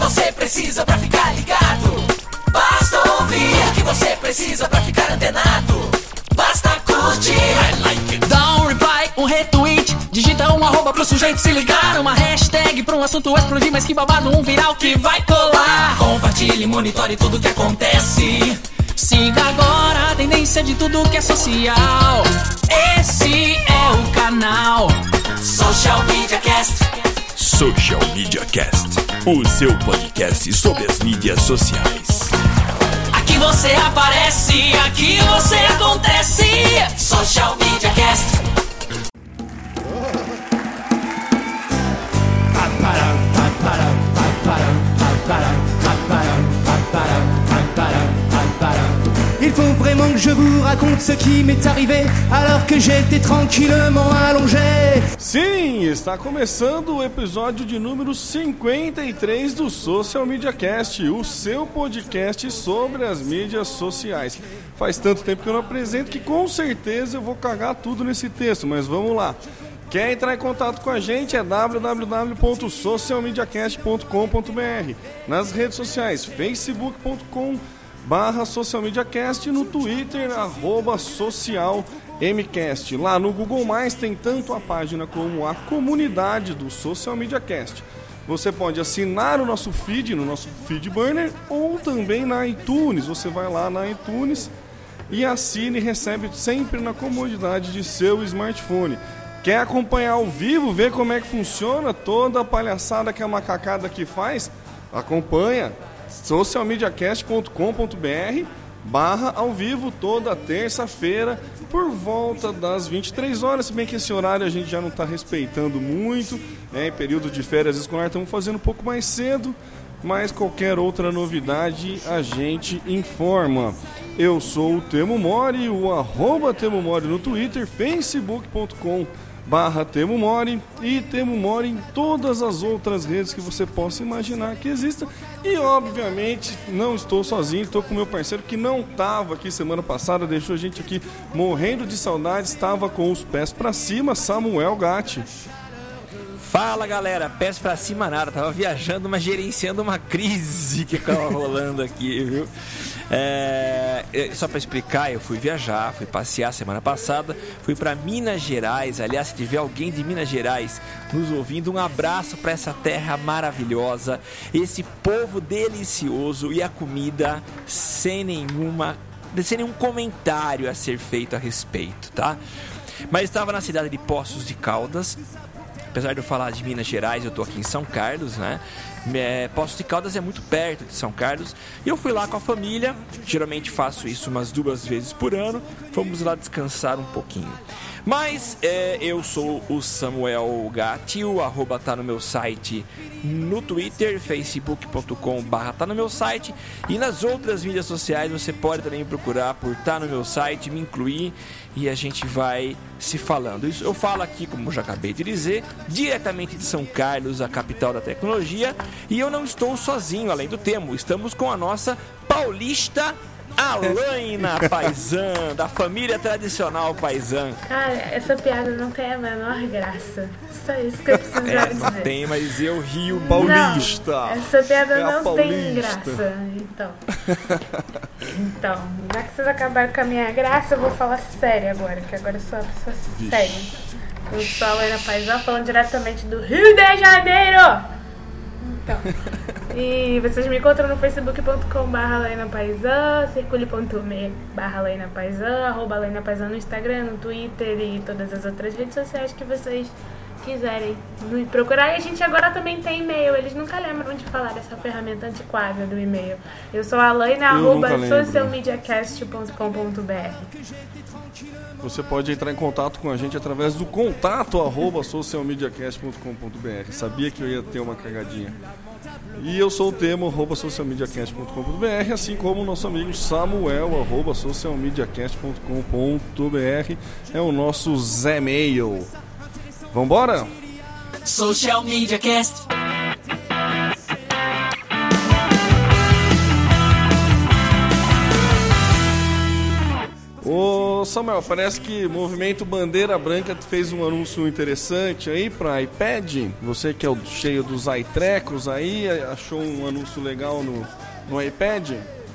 você precisa pra ficar ligado. Basta ouvir o que você precisa pra ficar antenado. Basta curtir. I like it. Dá um reply, um retweet. Digita um arroba pro sujeito se ligar. Uma hashtag pra um assunto explodir. Mas que babado, um viral que vai colar. Compartilhe, monitore tudo que acontece. Siga agora a tendência de tudo que é social. Esse é o canal Social Media Cast. Social Media Cast, o seu podcast sobre as mídias sociais. Aqui você aparece, aqui você acontece. Social Media Cast. Il faut vraiment que je vous raconte ce qui m'est arrivé alors que j'étais tranquillement allongé. Sim, está começando o episódio de número 53 do Social Media Cast, o seu podcast sobre as mídias sociais. Faz tanto tempo que eu não apresento que com certeza eu vou cagar tudo nesse texto, mas vamos lá. Quer entrar em contato com a gente? É www.socialmediacast.com.br. Nas redes sociais, facebook.com/socialmediacast, no Twitter, @socialmcast. Lá no Google+, tem tanto a página como a comunidade do Social Media Cast. Você pode assinar o nosso feed no nosso feed burner ou também na iTunes. Você vai lá na iTunes e assina e recebe sempre na comodidade de seu smartphone. Quer acompanhar ao vivo, ver como é que funciona toda a palhaçada que a macacada aqui faz? Acompanha socialmediacast.com.br/ao vivo toda terça-feira por volta das 23 horas, se bem que esse horário a gente já não está respeitando muito, em período de férias escolar estamos fazendo um pouco mais cedo, mas qualquer outra novidade a gente informa. Eu sou o Temo Mori, o @Temo Mori no Twitter, facebook.com/Temo Mori e Temo Mori em todas as outras redes que você possa imaginar que existam. E obviamente não estou sozinho, estou com meu parceiro que não estava aqui semana passada, deixou a gente aqui morrendo de saudade, estava com os pés para cima, Samuel Gatti. Fala galera, pés pra cima nada, tava viajando, mas gerenciando uma crise que tava rolando aqui, viu? Só pra explicar, eu fui viajar, fui passear semana passada, fui pra Minas Gerais. Aliás, se tiver alguém de Minas Gerais nos ouvindo, um abraço pra essa terra maravilhosa, esse povo delicioso e a comida sem nenhum comentário a ser feito a respeito, tá? Mas estava na cidade de Poços de Caldas. Apesar de eu falar de Minas Gerais, eu tô aqui em São Carlos, né? Poços de Caldas é muito perto de São Carlos. E eu fui lá com a família. Geralmente faço isso umas 2 vezes por ano. Fomos lá descansar um pouquinho. Mas eu sou o Samuel Gatti, o @ tá no meu site no Twitter, facebook.com/tá no meu site. E nas outras mídias sociais você pode também me procurar por tá no meu site, me incluir e a gente vai se falando. Isso eu falo aqui, como já acabei de dizer, diretamente de São Carlos, a capital da tecnologia. E eu não estou sozinho, além do Temo, estamos com a nossa paulista Alaina Paisan, da família tradicional Paisan. Cara, essa piada não tem a menor graça. Só isso que eu precisava dizer. Não tem, mas eu rio paulista. Não, essa piada não paulista. tem graça. Então, já que vocês acabaram com a minha graça, eu vou falar sério agora, que agora eu sou uma pessoa séria. Eu sou a Alaina Paisan, falando diretamente do Rio de Janeiro. Então, e vocês me encontram no facebook.com/Alaina Paisan, circule.me/Alaina Paisan, @Alaina Paisan no Instagram, no Twitter e todas as outras redes sociais que vocês quiserem me procurar. E a gente agora também tem e-mail, eles nunca lembram de falar dessa ferramenta antiquada do e-mail. Eu sou a Alaina, @socialmediacast.com.br. Você pode entrar em contato com a gente através do contato @socialmediacast.com.br. Sabia que eu ia ter uma cagadinha. E eu sou o Temo, @socialmediacast.com.br, assim como o nosso amigo Samuel, @socialmediacast.com.br. É o nosso Zé Mail. Vambora? Social Media Cast. O Samuel, parece que o Movimento Bandeira Branca fez um anúncio interessante aí para iPad. Você que é o cheio dos iTrecos aí, achou um anúncio legal no iPad?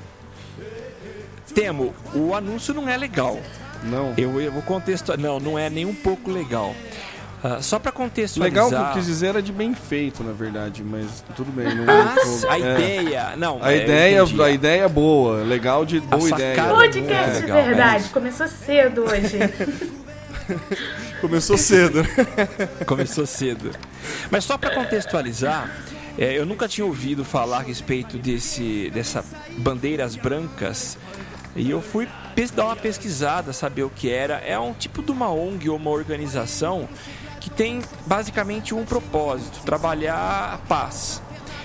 Temo, o anúncio não é legal. Não. Eu vou contextualizar. Não é nem um pouco legal. Só para contextualizar... Legal que eu quis dizer era de bem feito, na verdade, mas tudo bem. Não a ideia... Não, a ideia é boa, legal de boa ideia. Podcast de verdade, começou cedo hoje. Começou cedo. Começou cedo. Mas só para contextualizar, eu nunca tinha ouvido falar a respeito dessa bandeiras brancas, e eu fui dar uma pesquisada, saber o que era. É um tipo de uma ONG ou uma organização que tem basicamente um propósito: trabalhar a paz.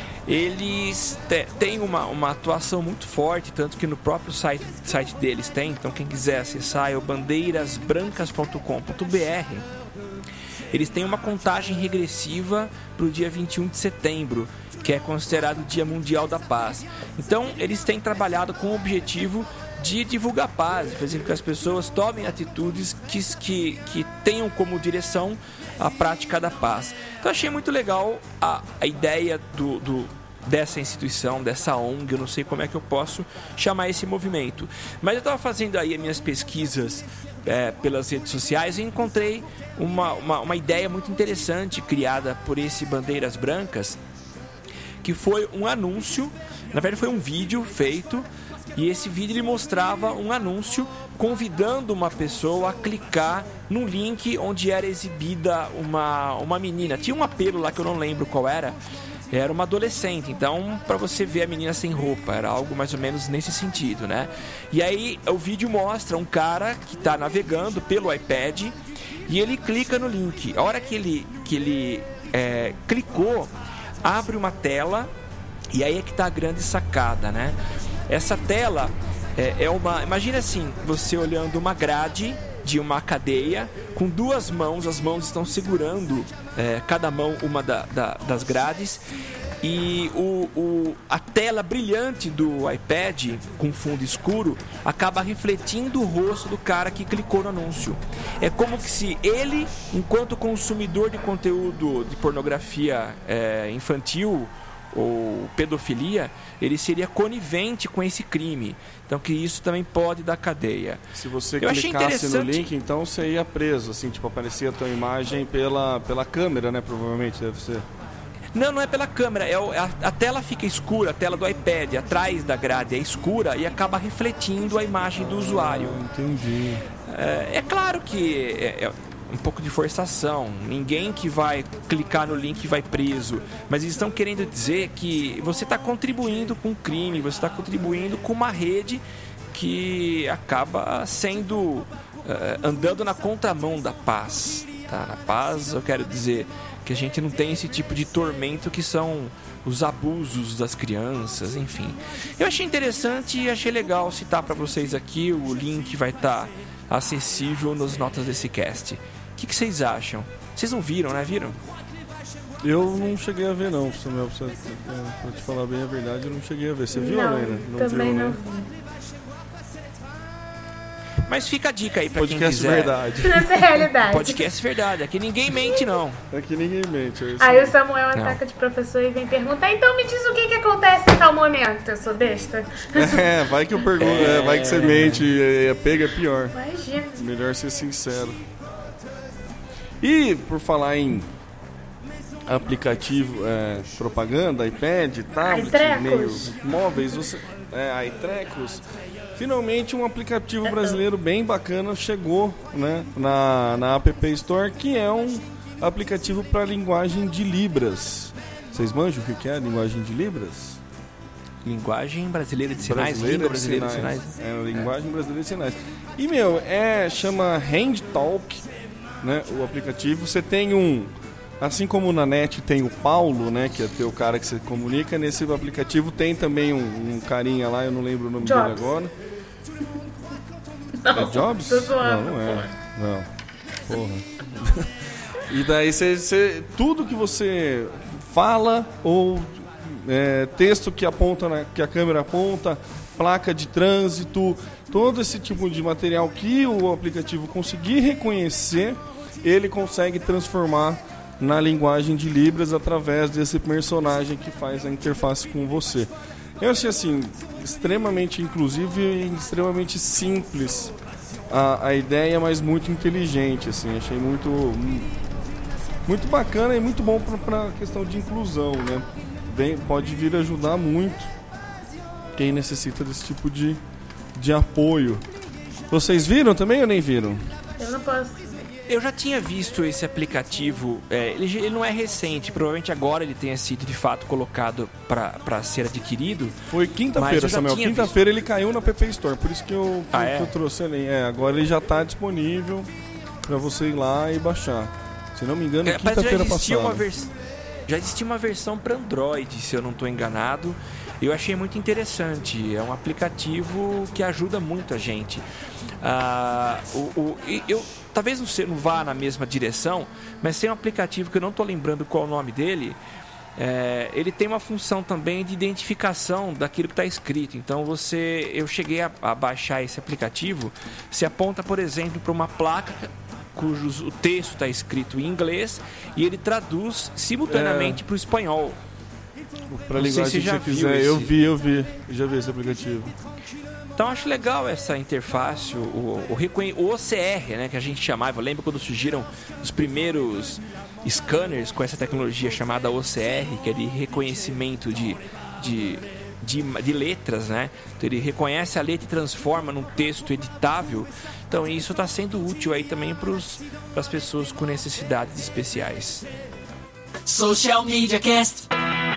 Eles têm uma atuação muito forte, tanto que no próprio site deles tem. Então quem quiser acessar é o bandeirasbrancas.com.br. Eles têm uma contagem regressiva para o dia 21 de setembro, que é considerado o Dia Mundial da Paz. Então eles têm trabalhado com o objetivo de divulgar paz, fazer com que as pessoas tomem atitudes que tenham como direção a prática da paz. Então achei muito legal a ideia dessa instituição, dessa ONG. Eu não sei como é que eu posso chamar esse movimento, mas eu estava fazendo aí as minhas pesquisas pelas redes sociais e encontrei uma ideia muito interessante criada por esse Bandeiras Brancas, que foi um anúncio. Na verdade foi um vídeo feito, e esse vídeo ele mostrava um anúncio convidando uma pessoa a clicar num link onde era exibida uma menina. Tinha um apelo lá que eu não lembro qual era. Era uma adolescente, então para você ver a menina sem roupa, era algo mais ou menos nesse sentido, né? E aí o vídeo mostra um cara que está navegando pelo iPad e ele clica no link. A hora que ele clicou, abre uma tela, e aí é que está a grande sacada, né? Essa tela imagina assim, você olhando uma grade de uma cadeia com duas mãos, as mãos estão segurando cada mão uma das grades, e a tela brilhante do iPad com fundo escuro acaba refletindo o rosto do cara que clicou no anúncio. É como que se ele, enquanto consumidor de conteúdo de pornografia infantil ou pedofilia, ele seria conivente com esse crime. Então que isso também pode dar cadeia. Se você clicasse no link, então você ia preso, assim, tipo, aparecia a tua imagem pela câmera, né? Provavelmente deve ser. Não é pela câmera, a tela fica escura, a tela do iPad atrás da grade é escura e acaba refletindo a imagem do usuário. Entendi. É claro que é um pouco de forçação, ninguém que vai clicar no link vai preso, mas eles estão querendo dizer que você está contribuindo com o crime, você está contribuindo com uma rede que acaba sendo andando na contramão da paz, tá? Na paz eu quero dizer que a gente não tem esse tipo de tormento que são os abusos das crianças, enfim. Eu achei interessante e achei legal citar para vocês aqui. O link vai estar acessível nas notas desse cast. O que vocês acham? Vocês não viram, né? Viram? Eu não cheguei a ver, não, Samuel. Pra te falar bem a verdade, eu não cheguei a ver. Você viu, Helena? Também viu, não né? vi. Mas fica a dica aí pra quem Podcast quiser. Verdade. Nessa realidade. Podcast Verdade. Aqui ninguém mente, não. Aqui ninguém mente. Aí o Samuel ataca de professor e vem perguntar: então me diz o que acontece em tal momento. Eu sou besta. Vai que eu pergunto, vai que você mente, pega é pior. Imagina. Melhor ser sincero. E por falar em aplicativo, propaganda, iPad, tablet, meios móveis, iTrecos, finalmente um aplicativo brasileiro bem bacana chegou, né, na App Store, que é um aplicativo para linguagem de Libras. Vocês manjam o que é a linguagem de Libras? Linguagem brasileira de sinais, língua brasileira de sinais. Linguagem brasileira de sinais. E, chama Hand Talk, né, o aplicativo. Você tem assim como na net tem o Paulo, né, que é o cara que você comunica, nesse aplicativo tem também um carinha lá, eu não lembro o nome dele agora. Não, é Jobs? Tô zoando, não é. Não. Porra. E daí tudo que você fala ou texto que a câmera aponta, placa de trânsito, todo esse tipo de material que o aplicativo conseguir reconhecer, ele consegue transformar na linguagem de Libras através desse personagem que faz a interface com você. Eu achei assim, extremamente inclusivo e extremamente simples a ideia, mas muito inteligente, assim, achei muito bacana e muito bom para a questão de inclusão, né? Pode vir ajudar muito quem necessita desse tipo de apoio. Vocês viram também ou nem viram? Eu não posso. Eu já tinha visto esse aplicativo, ele não é recente, provavelmente agora ele tenha sido de fato colocado para ser adquirido. Foi quinta-feira, Samuel. Quinta-feira ele caiu na PP Store, por isso que eu trouxe ele. Agora ele já está disponível para você ir lá e baixar. Se não me engano, quinta-feira passada. Já existia uma versão para Android, se eu não estou enganado. Eu achei muito interessante. É um aplicativo que ajuda muito a gente. Talvez não vá na mesma direção, mas tem um aplicativo que eu não estou lembrando qual é o nome dele. Ele tem uma função também de identificação daquilo que está escrito. Então eu cheguei a baixar esse aplicativo. Você aponta, por exemplo, para uma placa cujo o texto está escrito em inglês e ele traduz simultaneamente para o espanhol. Para a linguagem que você quiser. Eu já vi esse aplicativo. Então acho legal essa interface, o OCR, né, que a gente chamava. Eu lembro quando surgiram os primeiros scanners com essa tecnologia chamada OCR, que é de reconhecimento de letras, né? Então ele reconhece a letra e transforma num texto editável. Então isso está sendo útil aí também para as pessoas com necessidades especiais. Social Media Cast.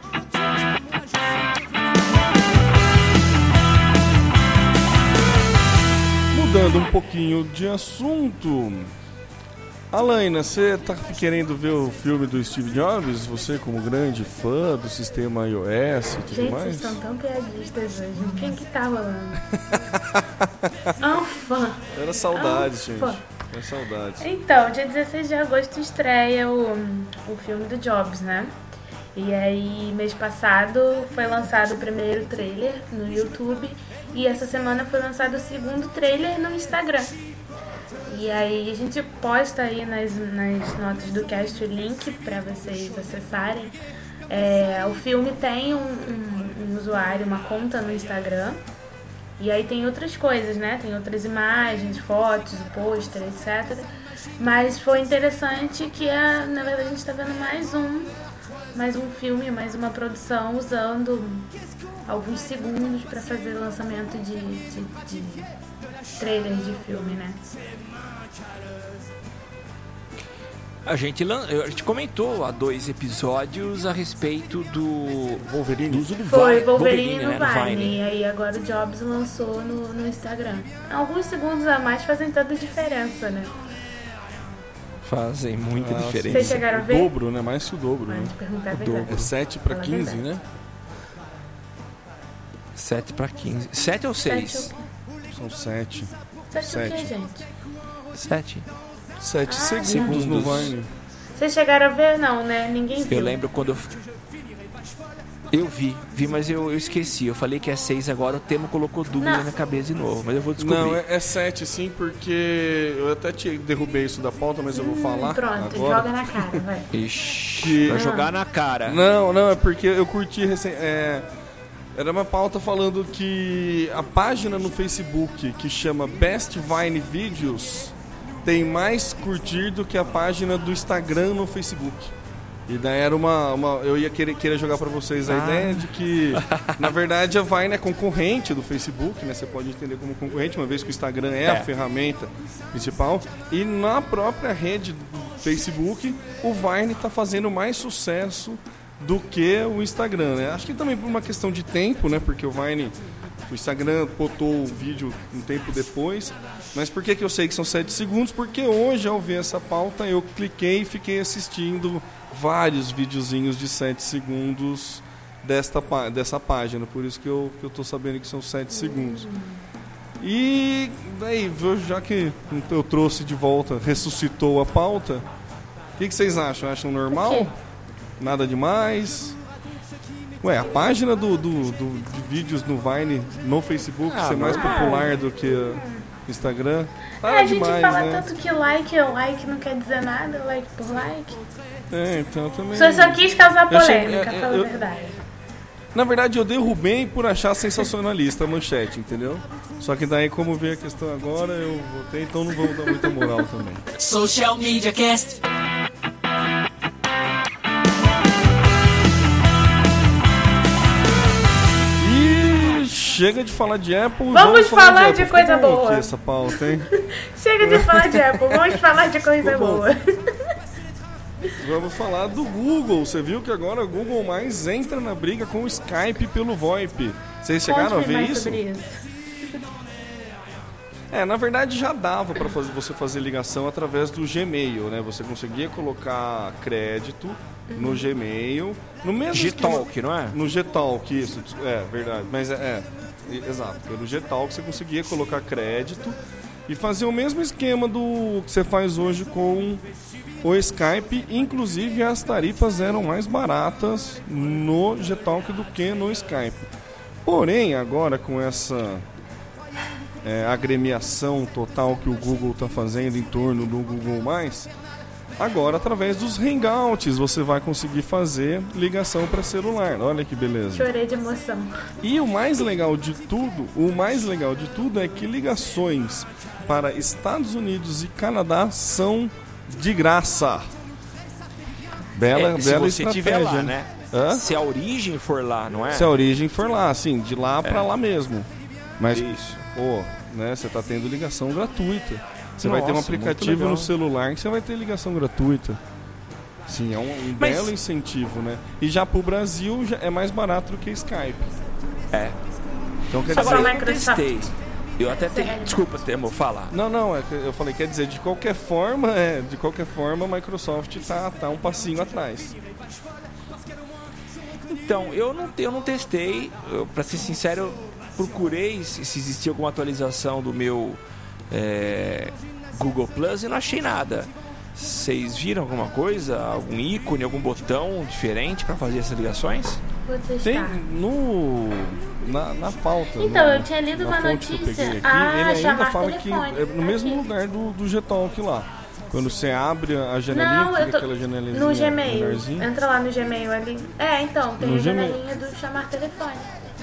Mudando um pouquinho de assunto, Alaina, você tá querendo ver o filme do Steve Jobs? Você como grande fã do sistema iOS e tudo mais? Gente, vocês estão tão piadistas hoje. Quem que tá rolando? Um fã. Era saudades, gente. Era saudades. Então, dia 16 de agosto estreia o filme do Jobs, né? E aí, mês passado, foi lançado o primeiro trailer no YouTube. E essa semana foi lançado o segundo trailer no Instagram. E aí a gente posta aí nas notas do cast o link para vocês acessarem. O filme tem um usuário, uma conta no Instagram. E aí tem outras coisas, né? Tem outras imagens, fotos, pôster, etc. Mas foi interessante que, na verdade, a gente está vendo mais um filme, mais uma produção usando alguns segundos para fazer o lançamento de trailers de filme, né? A gente comentou há 2 episódios a respeito do Wolverine. Foi Wolverine no né, Vine. E aí agora o Jobs lançou no Instagram. Alguns segundos a mais fazem toda a diferença, né? Fazem muita diferença. Vocês chegaram a ver? O dobro, né? Mais que o dobro, né? Perguntar a verdade. É 7 para 15, né? 7 para 15. 7 ou 6? São 7. 7 o que, gente? 7 segundos no Vine. Vocês chegaram a ver? Não, né? Ninguém viu. Eu lembro quando eu vi, mas eu esqueci. Eu falei que é 6 agora, o Temo colocou dúvida na minha cabeça de novo, mas eu vou descobrir. Não, é 7 sim, porque eu até derrubei isso da pauta, mas eu vou falar. Pronto, agora. Joga na cara, vai. Ixi, vai jogar na cara. Não, é porque eu curti era uma pauta falando que a página no Facebook que chama Best Vine Videos tem mais curtir do que a página do Instagram no Facebook. E daí era eu ia querer jogar pra vocês a ideia de que, na verdade, a Vine é concorrente do Facebook, né? Você pode entender como concorrente, uma vez que o Instagram é a ferramenta principal. E na própria rede do Facebook, o Vine tá fazendo mais sucesso do que o Instagram, né? Acho que também por uma questão de tempo, né? Porque o Instagram botou o vídeo um tempo depois. Mas por que eu sei que são 7 segundos? Porque hoje, ao ver essa pauta, eu cliquei e fiquei assistindo vários videozinhos de 7 segundos dessa página. Por isso que eu tô sabendo que são 7 segundos. E daí, já que eu trouxe de volta, ressuscitou a pauta, o que vocês acham? Acham normal? Nada demais? Ué, a página de vídeos no Vine, no Facebook, ser mais popular do que Instagram. A gente demais, fala né? tanto que like não quer dizer nada, like por like. Então também... Só quis causar Eu achei- polêmica, fala a verdade. Na verdade, eu derrubei por achar sensacionalista a manchete, entendeu? Só que daí, como veio a questão agora, eu votei, então não vamos dar muita moral também. Social Media Cast. E chega de falar de Apple. Vamos falar de coisa Ficou bom boa. aqui essa pauta, hein? Chega de falar de Apple, vamos falar de coisa Tá bom. boa. Vamos falar do Google. Você viu que agora o Google Mais entra na briga com o Skype pelo VoIP. Vocês chegaram a Conte-me ver mais isso? sobre isso. Na verdade já dava para você fazer ligação através do Gmail, né? Você conseguia colocar crédito no Gmail, no mesmo Gtalk, não é? No Gtalk, isso, verdade. Mas exato. Pelo Gtalk você conseguia colocar crédito e fazer o mesmo esquema do que você faz hoje com o Skype. Inclusive as tarifas eram mais baratas no Gtalk do que no Skype. Porém, agora com essa agremiação total que o Google está fazendo em torno do Google+, agora através dos Hangouts você vai conseguir fazer ligação para celular. Olha que beleza. Chorei de emoção. E o mais legal de tudo é que ligações para Estados Unidos e Canadá são de graça. Bela se você estratégia, estiver lá, né? Hã? Se a origem for lá, não é? Se a origem for lá, assim, de lá para lá mesmo. Mas, Isso. né, você tá tendo ligação gratuita. Você vai ter um Nossa, muito aplicativo legal. no celular que você vai ter ligação gratuita. Sim, é um Mas- belo incentivo, né? E já pro Brasil já é mais barato do que Skype. É. Então quer Só dizer... pra Eu Microsoft. testei. Eu até tenho... Sério? Desculpa, Temo, falar. Não, é que eu falei, quer dizer, de qualquer forma, a Microsoft tá um passinho atrás. Então, eu não testei. Pra ser sincero, eu procurei se existia alguma atualização do meu Google Plus e não achei nada. Vocês viram alguma coisa? Algum ícone, algum botão diferente pra fazer essas ligações? Vou testar. Tem na pauta. Então, no- eu tinha lido na uma fonte que eu notícia. peguei aqui, Ah, ele ainda chamar fala telefone. que é no mesmo Aqui. lugar do Gtalk lá. Quando você abre a janelinha, Não, fica eu tô aquela janelinha no Gmail. menorzinha. Entra lá no Gmail ali. Então, tem No a Gmail. janelinha do chamar telefone.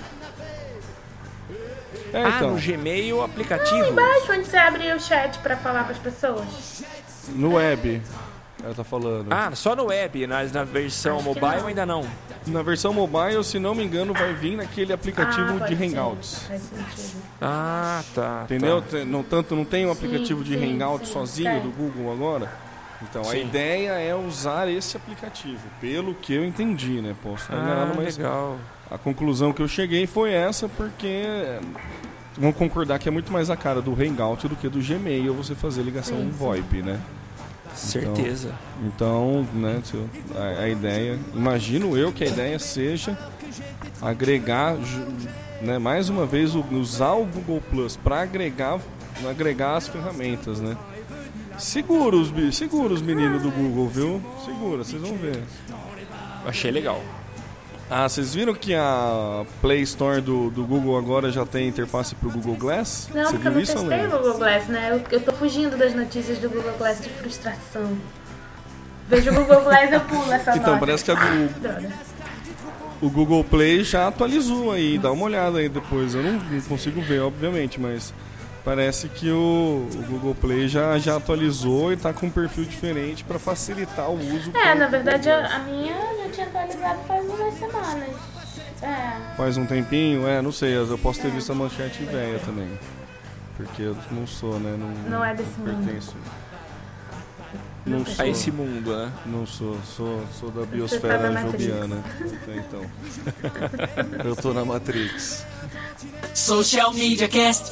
Então, no Gmail o aplicativo. Embaixo, onde você abre o chat pra falar com as pessoas. no web, ela tá falando. Só no web, mas na versão Acho que mobile não. ainda não. Na versão mobile, se não me engano, vai vir naquele aplicativo pode de ser. Hangouts. Faz sentido. Tá. Entendeu? Tá. Não tem um aplicativo de sim, Hangouts sim, sozinho tem. do Google agora? Então a Sim. ideia é usar esse aplicativo, pelo que eu entendi, né? Posso estar enganado, mas Legal. a conclusão que eu cheguei foi essa, porque vão concordar que é muito mais a cara do Hangout do que do Gmail você fazer ligação Sim, sim. VoIP, né? Certeza. Então, né, a ideia, imagino eu que a ideia seja agregar, né, mais uma vez, usar o Google Plus para agregar as ferramentas, né? Segura os meninos do Google, viu? Segura, vocês vão ver. Achei legal. Vocês viram que a Play Store do Google agora já tem interface pro Google Glass? Não, Você porque eu viu não isso, testei Alê? o Google Glass, né? Eu tô fugindo das notícias do Google Glass de frustração. Vejo o Google Glass, eu pulo essa Então, nota. parece que Droga. o Google Play já atualizou aí, dá uma olhada aí depois. Eu não consigo ver, obviamente, mas parece que o Google Play já atualizou e tá com um perfil diferente para facilitar o uso. Na verdade, a minha já tinha atualizado faz umas semanas. Faz um tempinho, não sei, eu posso ter visto a manchete velha também. Porque eu não sou, né? Não é desse mundo. pertenço. Não sou. A esse mundo, né? Não sou da Você biosfera tá na Matrix. jobiana. Então. Eu tô na Matrix. Social Media Cast.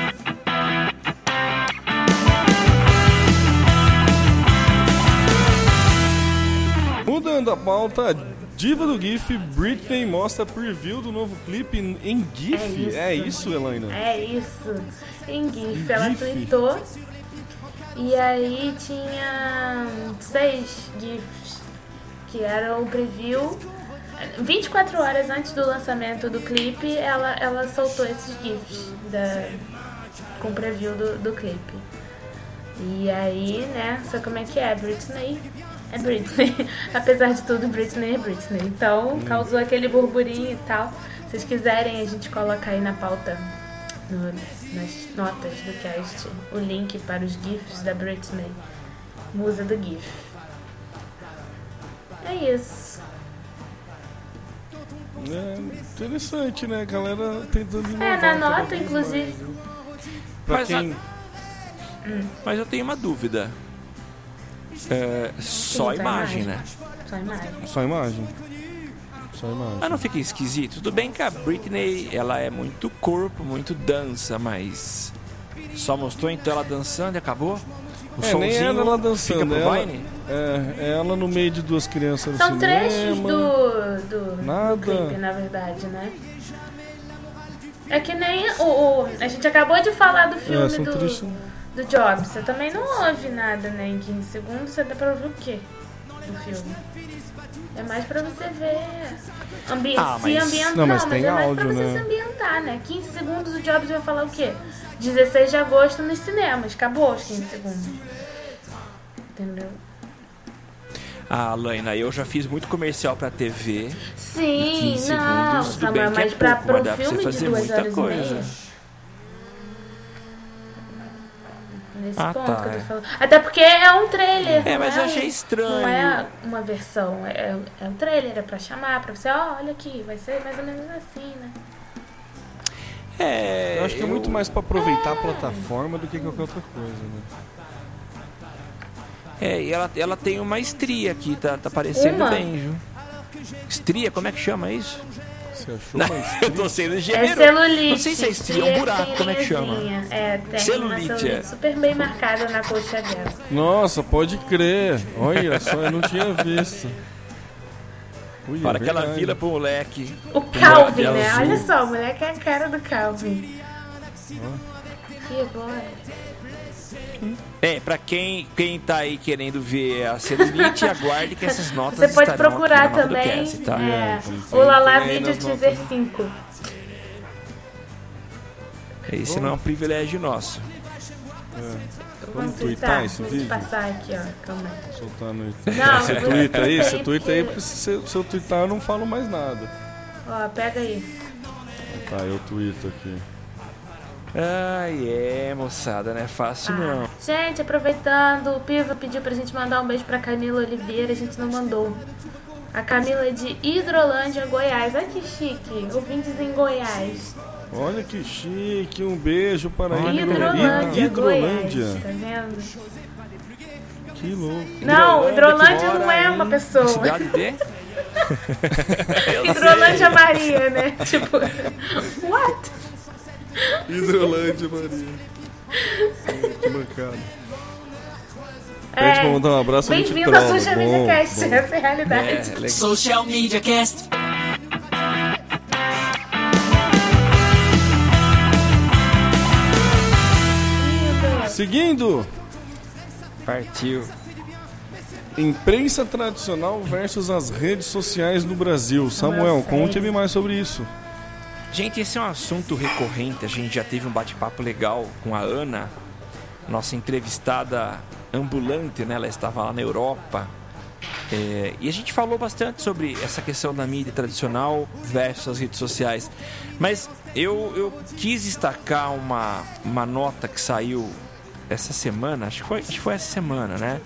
Mudando a pauta, diva do GIF, Britney mostra preview do novo clipe em GIF. É isso, Elaine? É isso. Em GIF. Ela GIF. tweetou. E aí tinha 6 GIFs. Que eram o preview. 24 horas antes do lançamento do clipe, ela soltou esses GIFs com preview do clipe. E aí, né, sabe como é que é? Britney é Britney. Apesar de tudo, Britney é Britney. Então, causou aquele burburinho e tal. Se vocês quiserem, a gente coloca aí na pauta, nas notas do cast, o link para os GIFs da Britney, musa do GIF. É isso. É interessante, né? A galera tentando inovar. Na nota, inclusive. Mas eu tenho uma dúvida. Só imagem, né? Só imagem. Mas não fica esquisito? Tudo bem que a Britney, ela é muito corpo, muito dança, mas só mostrou então ela dançando e acabou? Nem ela dançando, fica pro Vine? Ela no meio de duas crianças no São cinema. trechos do clipe, na verdade, né? É que nem a gente acabou de falar do filme do Jobs. Você também não ouve nada, né? Em 15 segundos você dá pra ouvir o quê do filme? É mais pra você ver se ambientar. Não, mas tem é mais áudio, pra você se ambientar, né? 15 segundos o Jobs vai falar o quê? 16 de agosto nos cinemas. Acabou os 15 segundos. Entendeu? Laina, eu já fiz muito comercial pra TV. Sim, 15 segundos, tudo bem mas que é pouco, mas dá pra filme você fazer de 2 muita horas coisa. e meia. Nesse ponto tá, que eu tô falando. Até porque é um trailer. Mas eu achei estranho. Não é uma versão, é um trailer, é pra chamar, pra você, olha aqui, vai ser mais ou menos assim, né? Eu acho que é muito mais pra aproveitar a plataforma do que qualquer outra coisa, né? E ela tem uma estria aqui, tá parecendo bem, viu? Estria, como é que chama isso? Você achou uma estria? Eu tô sendo generoso. É celulite. Não sei se é estria, é um buraco, como é que chama? Tem Celulite, uma celulite super bem marcada na coxa dela. Nossa, pode crer. Olha só, eu não tinha visto. Para que ela vira pro moleque. O Calvin, né? Azul. Olha só, o moleque é a cara do Calvin. Que bom. Pra quem tá aí querendo ver a celulite, aguarde que essas notas você pode estarão procurar aqui na também. Cast, tá? O Lala Video Teaser 5. Esse não é um privilégio nosso. Vamos twittar esse vídeo? Vou passar aqui, ó. Calma aí. Soltar no... Não, você twitta aí? Você twitta aí, porque se eu twittar eu não falo mais nada. Ó, pega aí. Tá, eu twito aqui. Moçada, não é fácil não. Gente, aproveitando, o Piva pediu pra gente mandar um beijo pra Camila Oliveira, a gente não mandou. A Camila é de Hidrolândia, Goiás. Olha que chique, ouvintes em Goiás. Olha que chique, um beijo para Hidrolândia. Hidrolândia. Tá vendo? Que louco. Não, Hidrolândia não é uma pessoa. Cidade de? Hidrolândia Maria, né? Tipo, what? Hidrolândia Maria. Que bancada. Pede pra mandar um abraço. Bem-vindo ao Social Media Cast, essa é a realidade. Social Media Cast. Seguindo. Partiu. Imprensa tradicional versus as redes sociais no Brasil. Samuel, conte-me mais sobre isso. Gente, esse é um assunto recorrente. A gente já teve um bate-papo legal com a Ana, nossa entrevistada ambulante, né? Ela estava lá na Europa. E a gente falou bastante sobre essa questão da mídia tradicional versus as redes sociais. Mas eu quis destacar uma nota que saiu essa semana, acho que foi essa semana, né?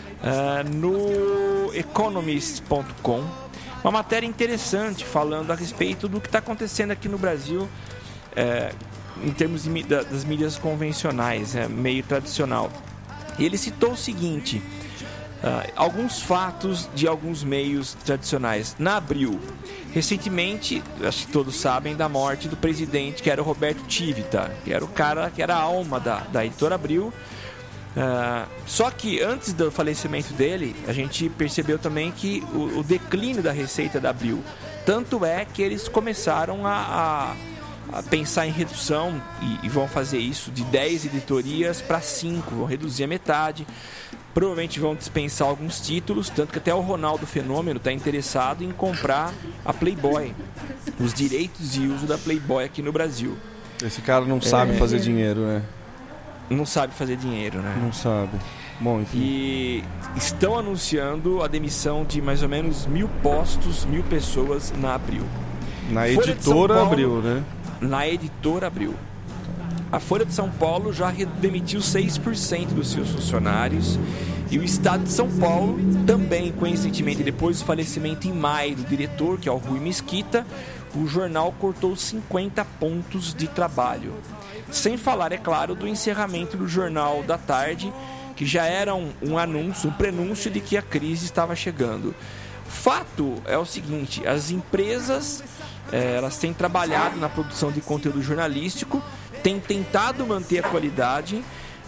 No economist.com, uma matéria interessante falando a respeito do que está acontecendo aqui no Brasil em termos das mídias convencionais, meio tradicional. E ele citou o seguinte: alguns fatos de alguns meios tradicionais. Na Abril, recentemente, acho que todos sabem da morte do presidente, que era o Roberto Tivita, que era o cara, que era a alma da editora Abril. Só que antes do falecimento dele, a gente percebeu também que o declínio da receita da Abril. Tanto é que eles começaram a a pensar em redução e vão fazer isso de 10 editorias para 5, vão reduzir a metade. Provavelmente vão dispensar alguns títulos, tanto que até o Ronaldo Fenômeno está interessado em comprar a Playboy, os direitos de uso da Playboy aqui no Brasil. Esse cara não sabe fazer dinheiro, né? Não sabe fazer dinheiro, né? Não sabe. Bom, enfim. E estão anunciando a demissão de mais ou menos 1.000 postos, 1.000 pessoas na Abril. Na editora Abril, né? Na editora Abril. A Folha de São Paulo já demitiu 6% dos seus funcionários. E o Estado de São Paulo também, coincidentemente, depois do falecimento em maio do diretor, que é o Rui Mesquita, o jornal cortou 50 pontos de trabalho. Sem falar, é claro, do encerramento do Jornal da Tarde, que já era um anúncio, um prenúncio de que a crise estava chegando. Fato é o seguinte, as empresas elas têm trabalhado na produção de conteúdo jornalístico, têm tentado manter a qualidade,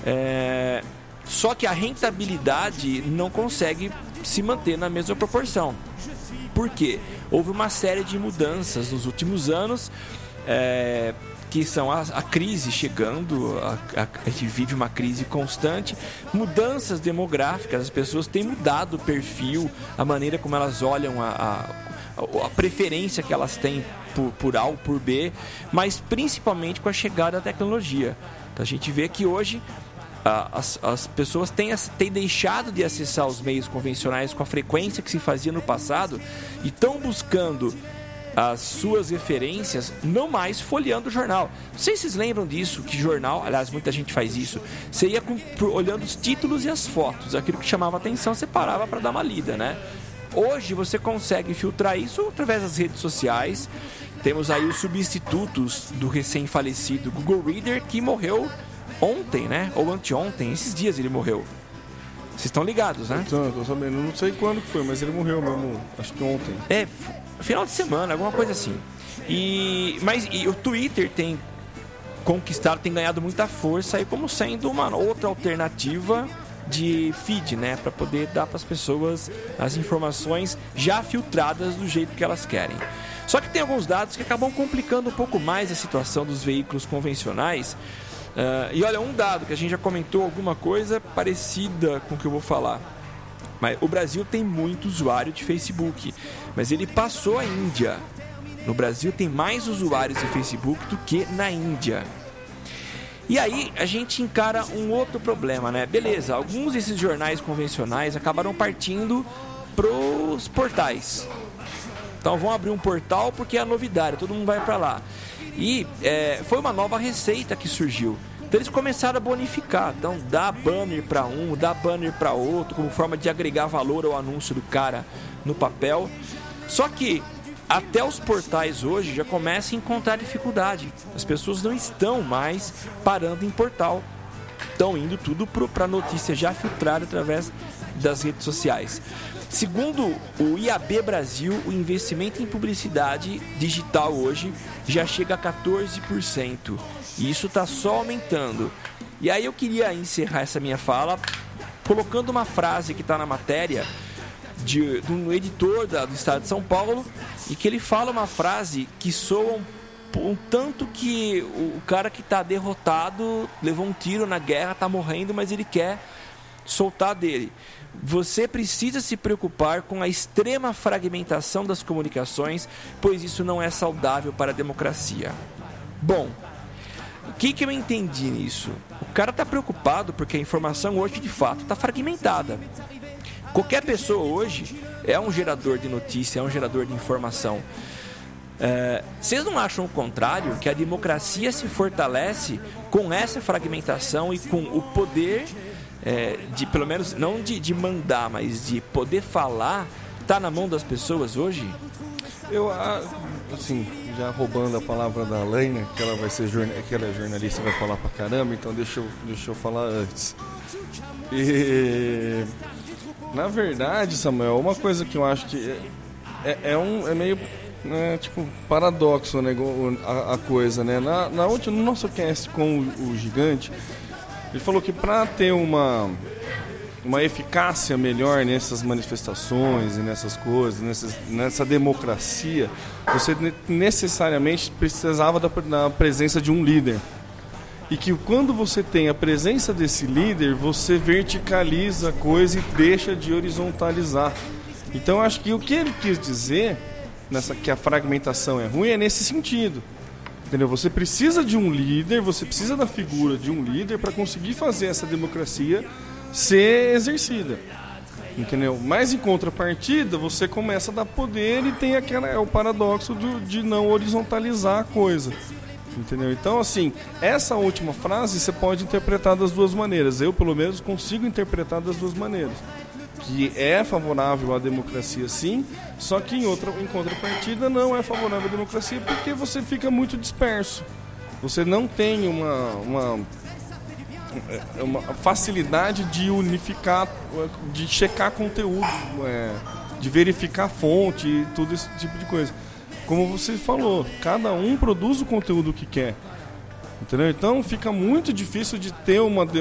só que a rentabilidade não consegue se manter na mesma proporção. Por quê? Houve uma série de mudanças nos últimos anos, que são a crise chegando, a gente vive uma crise constante, mudanças demográficas, as pessoas têm mudado o perfil, a maneira como elas olham a preferência que elas têm por A ou por B, mas principalmente com a chegada da tecnologia. Então a gente vê que hoje as pessoas têm deixado de acessar os meios convencionais com a frequência que se fazia no passado e estão buscando as suas referências, não mais folheando o jornal. Não sei se vocês lembram disso, que jornal, aliás, muita gente faz isso, você ia olhando os títulos e as fotos, aquilo que chamava atenção, você parava para dar uma lida, né? Hoje você consegue filtrar isso através das redes sociais. Temos aí os substitutos do recém-falecido Google Reader, que morreu ontem, né? Ou anteontem, esses dias ele morreu. Vocês estão ligados, né? Tô sabendo, não sei quando que foi, mas ele morreu mesmo, acho que ontem. Final de semana, alguma coisa assim. E o Twitter tem conquistado, tem ganhado muita força aí como sendo uma outra alternativa de feed, né? Para poder dar para as pessoas as informações já filtradas do jeito que elas querem. Só que tem alguns dados que acabam complicando um pouco mais a situação dos veículos convencionais. E olha, um dado que a gente já comentou alguma coisa parecida com o que eu vou falar. Mas o Brasil tem muito usuário de Facebook, mas ele passou a Índia. No Brasil tem mais usuários de Facebook do que na Índia. E aí a gente encara um outro problema, né? Beleza, alguns desses jornais convencionais acabaram partindo pros portais. Então vão abrir um portal porque é a novidade, todo mundo vai para lá. E foi uma nova receita que surgiu. Então eles começaram a bonificar, então dá banner para um, dá banner para outro, como forma de agregar valor ao anúncio do cara no papel. Só que até os portais hoje já começam a encontrar dificuldade. As pessoas não estão mais parando em portal, estão indo tudo para notícia já filtrada através das redes sociais. Segundo o IAB Brasil, o investimento em publicidade digital hoje já chega a 14%. E isso está só aumentando. E aí eu queria encerrar essa minha fala colocando uma frase que está na matéria de um editor do Estado de São Paulo, e que ele fala uma frase que soa um tanto que o cara que está derrotado, levou um tiro na guerra, está morrendo, mas ele quer soltar dele. Você precisa se preocupar com a extrema fragmentação das comunicações, pois isso não é saudável para a democracia. Bom, o que eu entendi nisso? O cara está preocupado porque a informação hoje de fato está fragmentada. Qualquer pessoa hoje é um gerador de notícia, é um gerador de informação. Vocês não acham o contrário, que a democracia se fortalece com essa fragmentação e com o poder de, pelo menos, não de mandar, mas de poder falar, tá na mão das pessoas hoje? Eu, assim, já roubando a palavra da Laina, que ela vai ser que ela é jornalista e vai falar pra caramba, então deixa eu falar antes. E na verdade, Samuel, uma coisa que eu acho que é meio tipo paradoxo, né, a coisa, né? No nosso cast com o Gigante, ele falou que para ter uma uma eficácia melhor nessas manifestações e nessas coisas, nessa democracia, você necessariamente precisava da presença de um líder. E que quando você tem a presença desse líder, você verticaliza a coisa e deixa de horizontalizar. Então, acho que o que ele quis dizer, que a fragmentação é ruim, é nesse sentido. Entendeu? Você precisa de um líder, você precisa da figura de um líder para conseguir fazer essa democracia ser exercida. Entendeu? Mas em contrapartida, você começa a dar poder e tem o paradoxo de não horizontalizar a coisa. Entendeu? Então, assim, essa última frase você pode interpretar das duas maneiras. Eu, pelo menos, consigo interpretar das duas maneiras. Que é favorável à democracia, sim, só que em contrapartida não é favorável à democracia porque você fica muito disperso. Você não tem uma facilidade de unificar, de checar conteúdo, de verificar a fonte e tudo esse tipo de coisa. Como você falou, cada um produz o conteúdo que quer. Entendeu? Então fica muito difícil de ter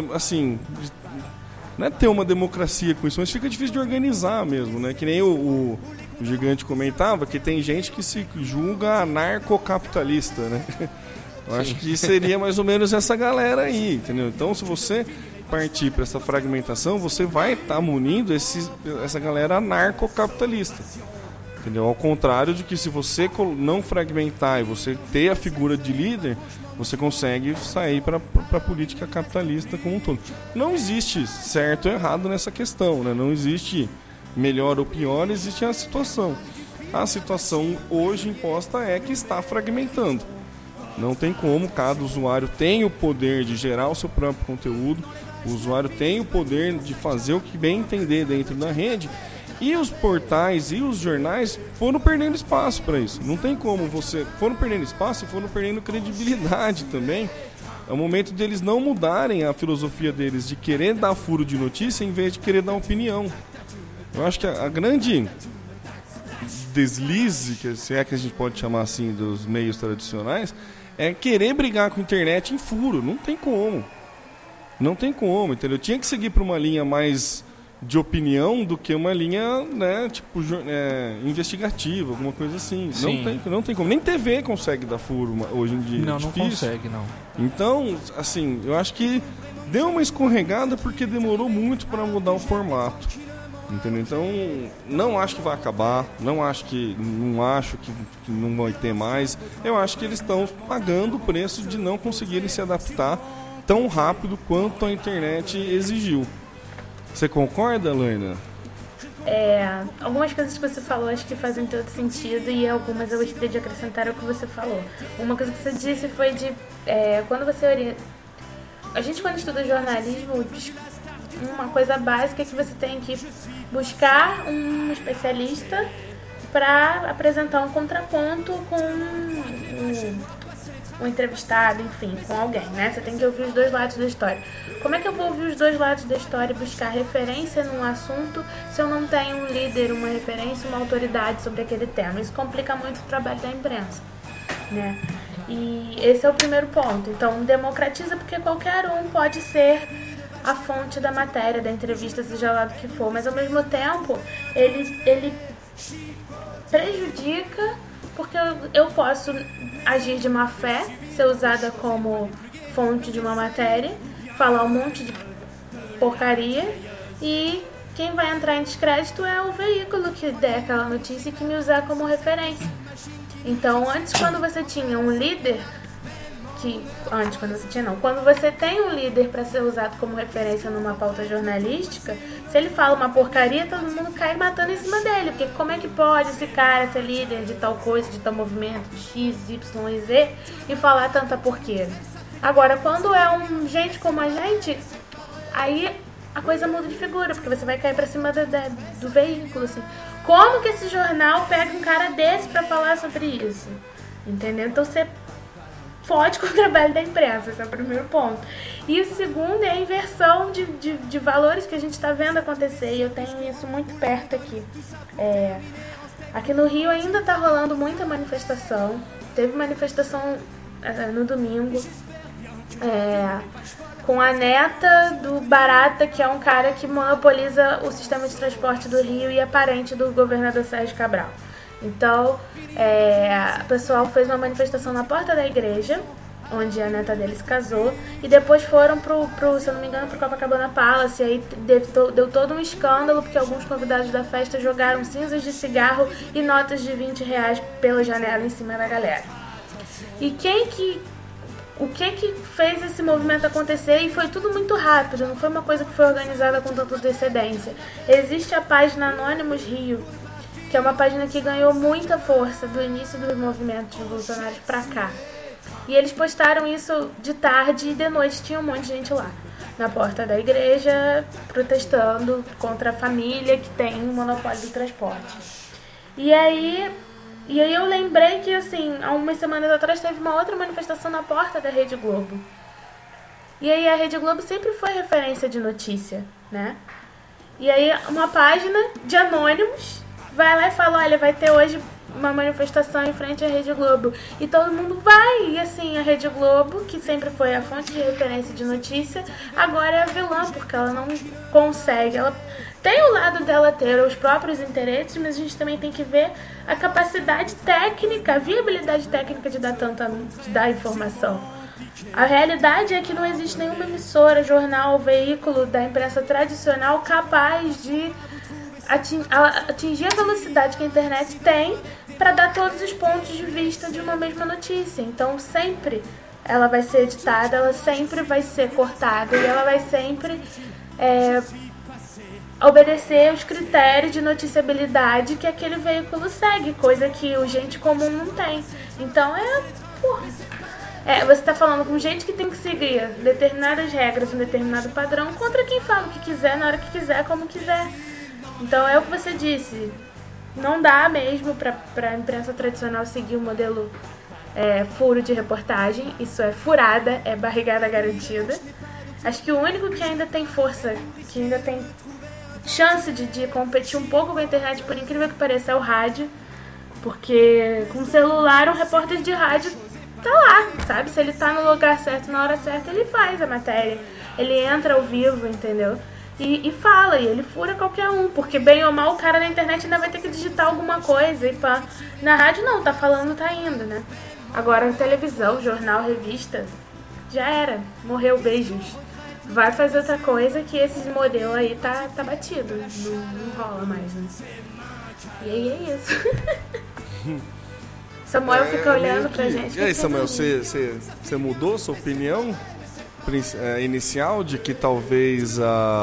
não é ter uma democracia com isso, mas fica difícil de organizar mesmo, né? Que nem o Gigante comentava, que tem gente que se julga anarcocapitalista, né? Eu acho que seria mais ou menos essa galera aí, entendeu? Então, se você partir para essa fragmentação, você vai estar munindo essa galera anarcocapitalista. Entendeu? Ao contrário de que se você não fragmentar e você ter a figura de líder, você consegue sair para a política capitalista como um todo. Não existe certo ou errado nessa questão, né? Não existe melhor ou pior, existe a situação. A situação hoje imposta é que está fragmentando. Não tem como, cada usuário tem o poder de gerar o seu próprio conteúdo, o usuário tem o poder de fazer o que bem entender dentro da rede. E os portais e os jornais foram perdendo espaço para isso. Não tem como foram perdendo espaço e foram perdendo credibilidade também. É o momento deles não mudarem a filosofia deles de querer dar furo de notícia em vez de querer dar opinião. Eu acho que a grande deslize, se é que a gente pode chamar assim, dos meios tradicionais, é querer brigar com a internet em furo. Não tem como. Não tem como, entendeu? Tinha que seguir para uma linha mais de opinião do que uma linha, né, tipo, investigativa, alguma coisa assim. Não tem como. Nem TV consegue dar furo hoje em dia. Não consegue, não. Então, assim, eu acho que deu uma escorregada porque demorou muito para mudar o formato. Entendeu? Então, não acho que vai acabar, não acho que não vai ter mais. Eu acho que eles estão pagando o preço de não conseguirem se adaptar tão rápido quanto a internet exigiu. Você concorda, Laina? Algumas coisas que você falou acho que fazem todo sentido e algumas eu gostaria de acrescentar ao que você falou. Uma coisa que você disse foi de quando você orienta... A gente, quando estuda jornalismo, uma coisa básica é que você tem que buscar um especialista para apresentar um contraponto com um entrevistado, enfim, com alguém, né? Você tem que ouvir os dois lados da história. Como é que eu vou ouvir os dois lados da história e buscar referência num assunto se eu não tenho um líder, uma referência, uma autoridade sobre aquele tema? Isso complica muito o trabalho da imprensa, né? E esse é o primeiro ponto. Então, democratiza porque qualquer um pode ser a fonte da matéria, da entrevista, seja lá do que for, mas ao mesmo tempo ele prejudica porque eu posso agir de má fé, ser usada como fonte de uma matéria, falar um monte de porcaria e quem vai entrar em descrédito é o veículo que der aquela notícia e que me usar como referência. Então, antes, quando você tinha um líder, quando você tem um líder para ser usado como referência numa pauta jornalística, se ele fala uma porcaria, todo mundo cai matando em cima dele, porque como é que pode esse cara ser líder de tal coisa, de tal movimento, de X, Y e Z, e falar tanta porqueira? Agora, quando é gente como a gente, aí a coisa muda de figura, porque você vai cair pra cima do veículo, assim. Como que esse jornal pega um cara desse pra falar sobre isso? Entendeu? Então você fode com o trabalho da imprensa, esse é o primeiro ponto. E o segundo é a inversão de valores que a gente está vendo acontecer, e eu tenho isso muito perto aqui. Aqui no Rio ainda está rolando muita manifestação, teve manifestação no domingo, com a neta do Barata, que é um cara que monopoliza o sistema de transporte do Rio e é parente do governador Sérgio Cabral. Então, o pessoal fez uma manifestação na porta da igreja, onde a neta dele se casou, e depois foram se eu não me engano, pro Copacabana Palace, e aí deu todo um escândalo, porque alguns convidados da festa jogaram cinzas de cigarro e notas de R$20 pela janela em cima da galera. E o que fez esse movimento acontecer? E foi tudo muito rápido, não foi uma coisa que foi organizada com tanta antecedência. Existe a página Anonymous Rio, que é uma página que ganhou muita força do início dos movimentos revolucionários pra cá. E eles postaram isso de tarde e de noite tinha um monte de gente lá, na porta da igreja, protestando contra a família que tem um monopólio do transporte. E aí eu lembrei que, assim, há umas semanas atrás teve uma outra manifestação na porta da Rede Globo. E aí a Rede Globo sempre foi referência de notícia, né? E aí uma página de anônimos vai lá e fala, olha, vai ter hoje uma manifestação em frente à Rede Globo. E todo mundo vai. E assim, a Rede Globo, que sempre foi a fonte de referência de notícia, agora é a vilã, porque ela não consegue. Ela tem o lado dela ter os próprios interesses, mas a gente também tem que ver a capacidade técnica, a viabilidade técnica de dar informação. A realidade é que não existe nenhuma emissora, jornal, veículo da imprensa tradicional capaz de atingir a velocidade que a internet tem para dar todos os pontos de vista de uma mesma notícia. Então sempre ela vai ser editada, ela sempre vai ser cortada e ela vai sempre obedecer os critérios de noticiabilidade que aquele veículo segue, coisa que o gente comum não tem. Então você está falando com gente que tem que seguir determinadas regras, um determinado padrão, contra quem fala o que quiser, na hora que quiser, como quiser. Então é o que você disse, não dá mesmo para a imprensa tradicional seguir o modelo furo de reportagem, isso é furada, é barrigada garantida. Acho que o único que ainda tem força, que ainda tem chance de competir um pouco com a internet, por incrível que pareça, é o rádio, porque com o celular, um repórter de rádio tá lá, sabe? Se ele tá no lugar certo, na hora certa, ele faz a matéria, ele entra ao vivo, entendeu? E fala, e ele fura qualquer um, porque bem ou mal o cara na internet ainda vai ter que digitar alguma coisa, e pá. Na rádio não, tá falando, tá indo, né? Agora televisão, jornal, revista, já era, morreu, beijos. Vai fazer outra coisa que esse modelo aí tá batido, não rola mais, né? E aí é isso. Samuel fica olhando pra gente. E aí, Samuel, você mudou sua opinião inicial de que talvez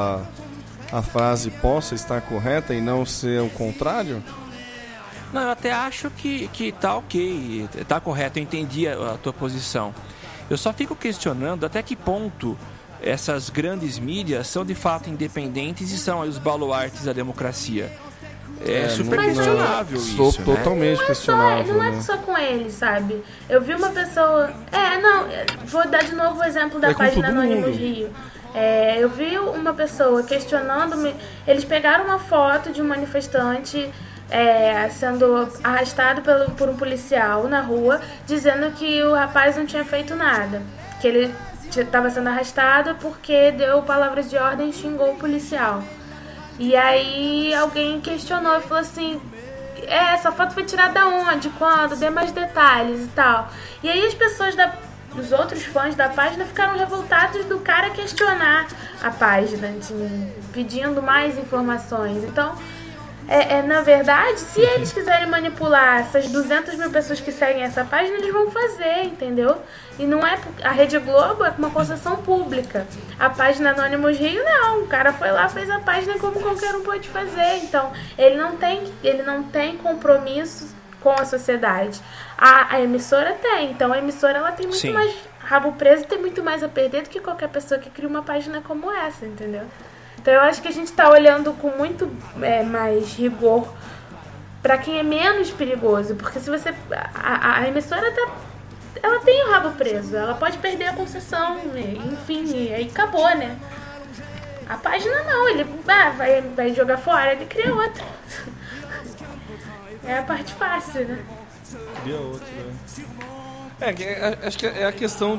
a frase possa estar correta e não ser o contrário? Não, eu até acho que tá ok, tá correto, eu entendi a tua posição. Eu só fico questionando até que ponto essas grandes mídias são de fato independentes e são os baluartes da democracia. É super questionável isso, né? Totalmente questionável. Não é só com eles, sabe? Eu vi uma pessoa... vou dar de novo o exemplo da página Anonymous Rio. Eu vi uma pessoa questionando-me... Eles pegaram uma foto de um manifestante sendo arrastado por um policial na rua, dizendo que o rapaz não tinha feito nada. Que ele estava sendo arrastado porque deu palavras de ordem e xingou o policial. E aí alguém questionou e falou assim, essa foto foi tirada onde, quando, dê mais detalhes e tal. E aí as pessoas os outros fãs da página ficaram revoltados do cara questionar a página, assim, pedindo mais informações. Então, na verdade, se eles quiserem manipular essas 200 mil pessoas que seguem essa página, eles vão fazer, entendeu? E não é... A Rede Globo é uma concessão pública. A página Anonymous Rio, não. O cara foi lá, fez a página como qualquer um pode fazer. Então, ele não tem compromisso com a sociedade. A emissora tem. Então, a emissora ela tem muito mais rabo preso e tem muito mais a perder do que qualquer pessoa que cria uma página como essa, entendeu? Então eu acho que a gente está olhando com muito mais rigor para quem é menos perigoso, porque se você... A emissora ela tem o rabo preso, ela pode perder a concessão, enfim, e aí acabou, né? A página não, ele vai jogar fora, ele cria outra. É a parte fácil, né? Cria outra, né? Acho que é a questão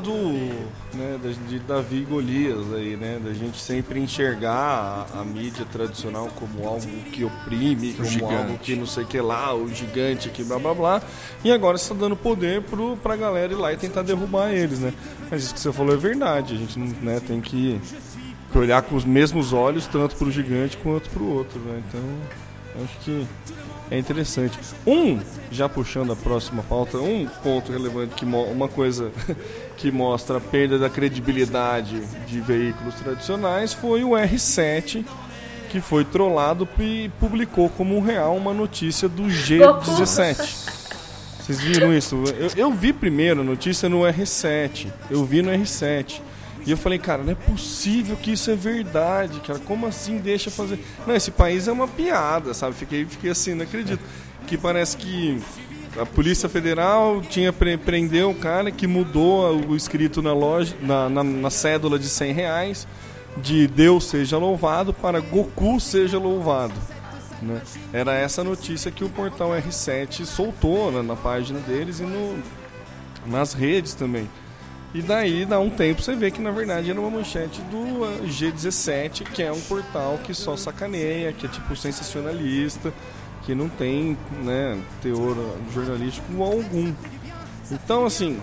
de Davi e Golias aí, né? Da gente sempre enxergar a mídia tradicional como algo que oprime, como algo que não sei o que lá, o gigante que blá blá blá. E agora você tá dando poder pra galera ir lá e tentar derrubar eles, né? Mas isso que você falou é verdade. A gente, né, tem que olhar com os mesmos olhos, tanto pro gigante quanto pro outro, né? Então, acho que é interessante. Já puxando a próxima pauta, um ponto relevante, uma coisa que mostra a perda da credibilidade de veículos tradicionais foi o R7, que foi trollado e publicou como real uma notícia do G17. Vocês viram isso? Eu vi primeiro a notícia no R7. Eu vi no R7. E eu falei, cara, não é possível que isso é verdade, cara. Como assim deixa fazer? Não, esse país é uma piada, sabe? Fiquei assim, não acredito. Que parece que a Polícia Federal prendeu o cara que mudou o escrito na loja, na cédula de R$100, de Deus seja louvado para Goku seja louvado. Né? Era essa notícia que o portal R7 soltou, né, na página deles e nas redes também. E daí, dá um tempo, você vê que na verdade era uma manchete do G17, que é um portal que só sacaneia, que é tipo sensacionalista, que não tem, né, teor jornalístico algum. Então, assim,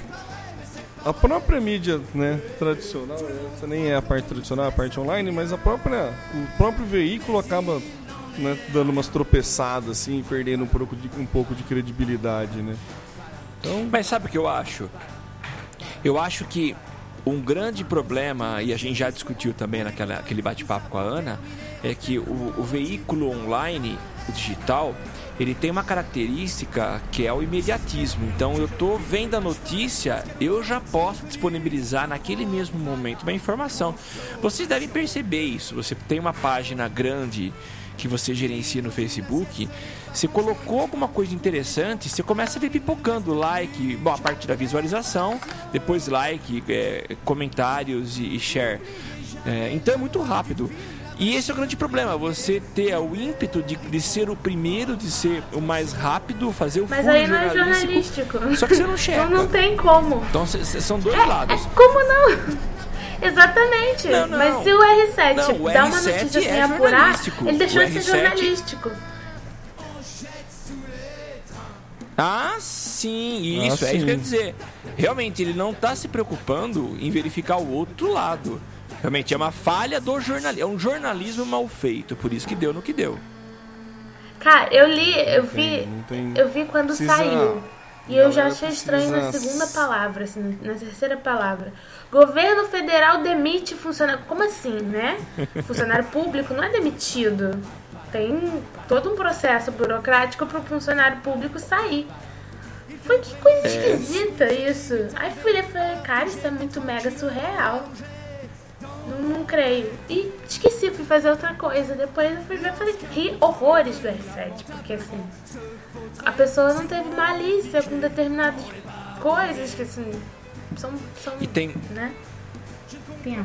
a própria mídia, né, tradicional, essa nem é a parte tradicional, a parte online, mas o próprio veículo acaba, né, dando umas tropeçadas, assim, perdendo um pouco de credibilidade, né? Então... Mas sabe o que eu acho? Eu acho que um grande problema, e a gente já discutiu também naquele bate-papo com a Ana, é que o veículo online, o digital, ele tem uma característica que é o imediatismo. Então eu tô vendo a notícia, eu já posso disponibilizar naquele mesmo momento uma informação. Vocês devem perceber isso. Você tem uma página grande que você gerencia no Facebook, você colocou alguma coisa interessante, você começa a ver pipocando like, bom, a partir da visualização, depois like, comentários e share. Então é muito rápido. E esse é o grande problema, você ter o ímpeto de ser o primeiro, de ser o mais rápido, fazer o fundo jornalístico. Mas aí não é jornalístico. Só que você não checa. Então não tem como. Então são dois lados. Como não? Exatamente. Não. Mas se o R7 dá uma notícia sem apurar, ele deixou de ser jornalístico. Ah, sim, isso, é isso que eu ia dizer. Realmente, ele não está se preocupando em verificar o outro lado. Realmente, é uma falha do jornalismo. É um jornalismo mal feito, por isso que deu no que deu. Cara, eu vi quando saiu. E eu já achei estranho na segunda palavra, assim, na terceira palavra. Governo federal demite funcionário. Como assim, né? Funcionário público não é demitido. Tem todo um processo burocrático para o funcionário público sair. Foi que coisa esquisita isso. Aí falei, cara, isso é muito mega surreal. Não creio. E esqueci, fui fazer outra coisa. Depois eu fui ver, ri horrores do R7. Porque assim, a pessoa não teve malícia com determinadas coisas que assim, são e tem... né? Tem.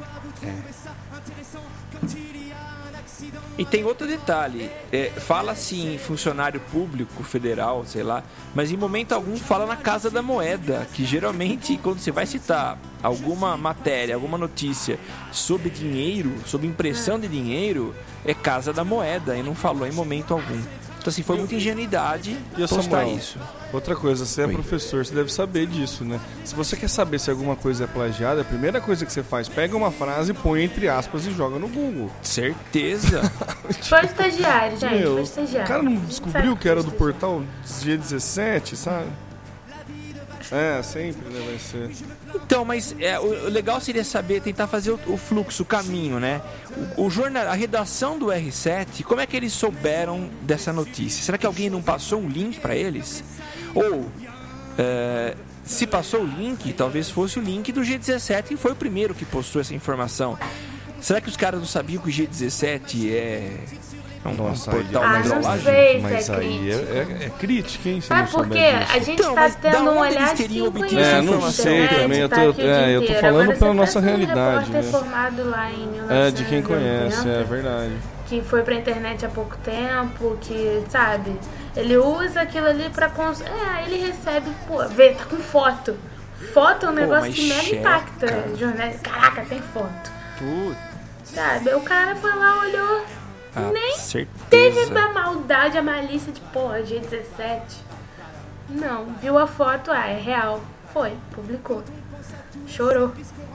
E tem outro detalhe, fala assim, funcionário público federal, sei lá, mas em momento algum fala na Casa da Moeda, que geralmente quando você vai citar alguma matéria, alguma notícia sobre dinheiro, sobre impressão de dinheiro, é Casa da Moeda, e não falou em momento algum. Então assim, foi muita ingenuidade postar Samuel, isso. Outra coisa, você é professor, você deve saber disso, né? Se você quer saber se alguma coisa é plagiada, a primeira coisa que você faz, pega uma frase, põe entre aspas e joga no Google. Certeza. Foi estagiário, gente, foi estagiário. O cara não descobriu que era do portal G17, sabe? Sempre, né, vai ser. Então, mas o legal seria saber, tentar fazer o fluxo, o caminho, né? A redação do R7, como é que eles souberam dessa notícia? Será que alguém não passou um link para eles? Ou, se passou o link, talvez fosse o link do G17 que foi o primeiro que postou essa informação. Será que os caras não sabiam que o G17 é um portal mais trollagem? Mas aí é crítica, hein? Sabe por quê? A gente tá tendo um olhar de não sei também. Eu tô falando pela nossa realidade, né? Formado lá em 1990, de quem conhece, é verdade. Que foi pra internet há pouco tempo, que, sabe, Ele usa aquilo ali pra... ele recebe, vê, tá com foto. Foto é um negócio que mega impacta. Jornalista, caraca, tem foto. Sabe, o cara foi lá, olhou, nem teve a maldade, a malícia de, G17. Não, viu a foto, é real. Foi, publicou. Chorou.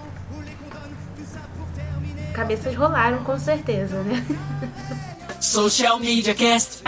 Cabeças rolaram, com certeza, né? Social Media Cast.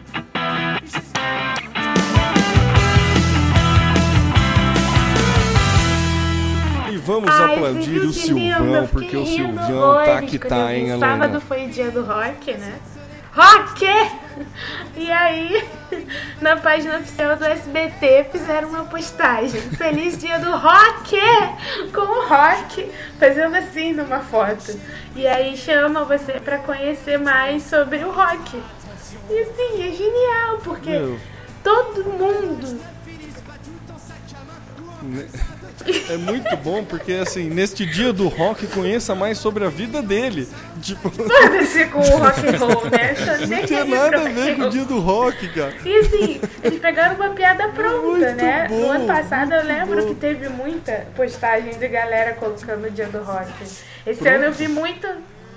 Vamos aplaudir o Silvão, porque o Silvão tá que tá, hein, Helena? Sábado foi dia do rock, né? Rock! E aí, na página oficial do SBT, fizeram uma postagem. Feliz dia do rock! Com o rock, fazendo assim numa foto. E aí chama você pra conhecer mais sobre o rock. E assim, é genial, porque todo mundo... É muito bom, porque assim, neste dia do rock, conheça mais sobre a vida dele. Tipo... Foda-se com o rock and roll, né? Não tinha nada a ver com o dia do rock, cara. E assim, eles pegaram uma piada pronta, muito né? Bom, no ano passado eu lembro que teve muita postagem de galera colocando o dia do rock. Esse ano eu vi muita...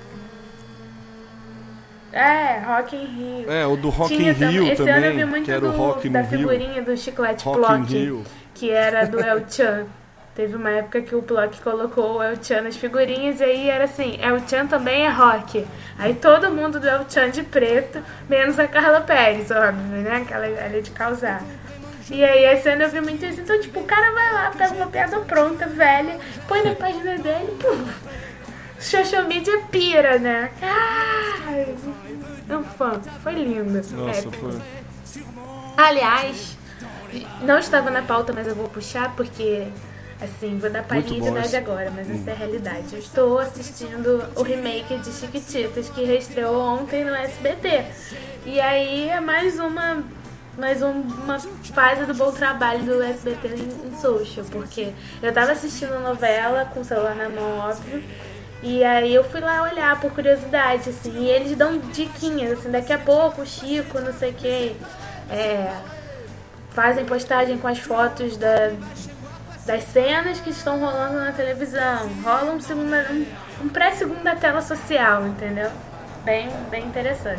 Rock in Rio. O do Rock in Rio esse também, ano eu vi muito que era o Rock da no figurinha Rio. Do Chiclete Rock Plock, que era do El Chan. Teve uma época que o Plock colocou o El Chan nas figurinhas e aí era assim, El Chan também é rock. Aí todo mundo do El Chan de preto, menos a Carla Pérez, óbvio, né? Aquela ali de causar. E aí esse ano eu vi muito isso. Então, tipo, o cara vai lá, pega uma piada pronta, velha, põe na página dele, social media pira, né? Um fã. Foi lindo. Nossa, foi. Aliás, não estava na pauta, mas eu vou puxar porque... Assim, vou dar palhinha de idade agora, mas essa é a realidade. Eu estou assistindo o remake de Chiquititas, que reestreou ontem no SBT. E aí é mais uma fase do bom trabalho do SBT em social, porque eu tava assistindo a novela com o celular na mão, óbvio, e aí eu fui lá olhar por curiosidade, assim, e eles dão diquinhas, assim, daqui a pouco o Chico, não sei o que, fazem postagem com as fotos das cenas que estão rolando na televisão. Rola um pré-segunda tela social, entendeu? Bem interessante.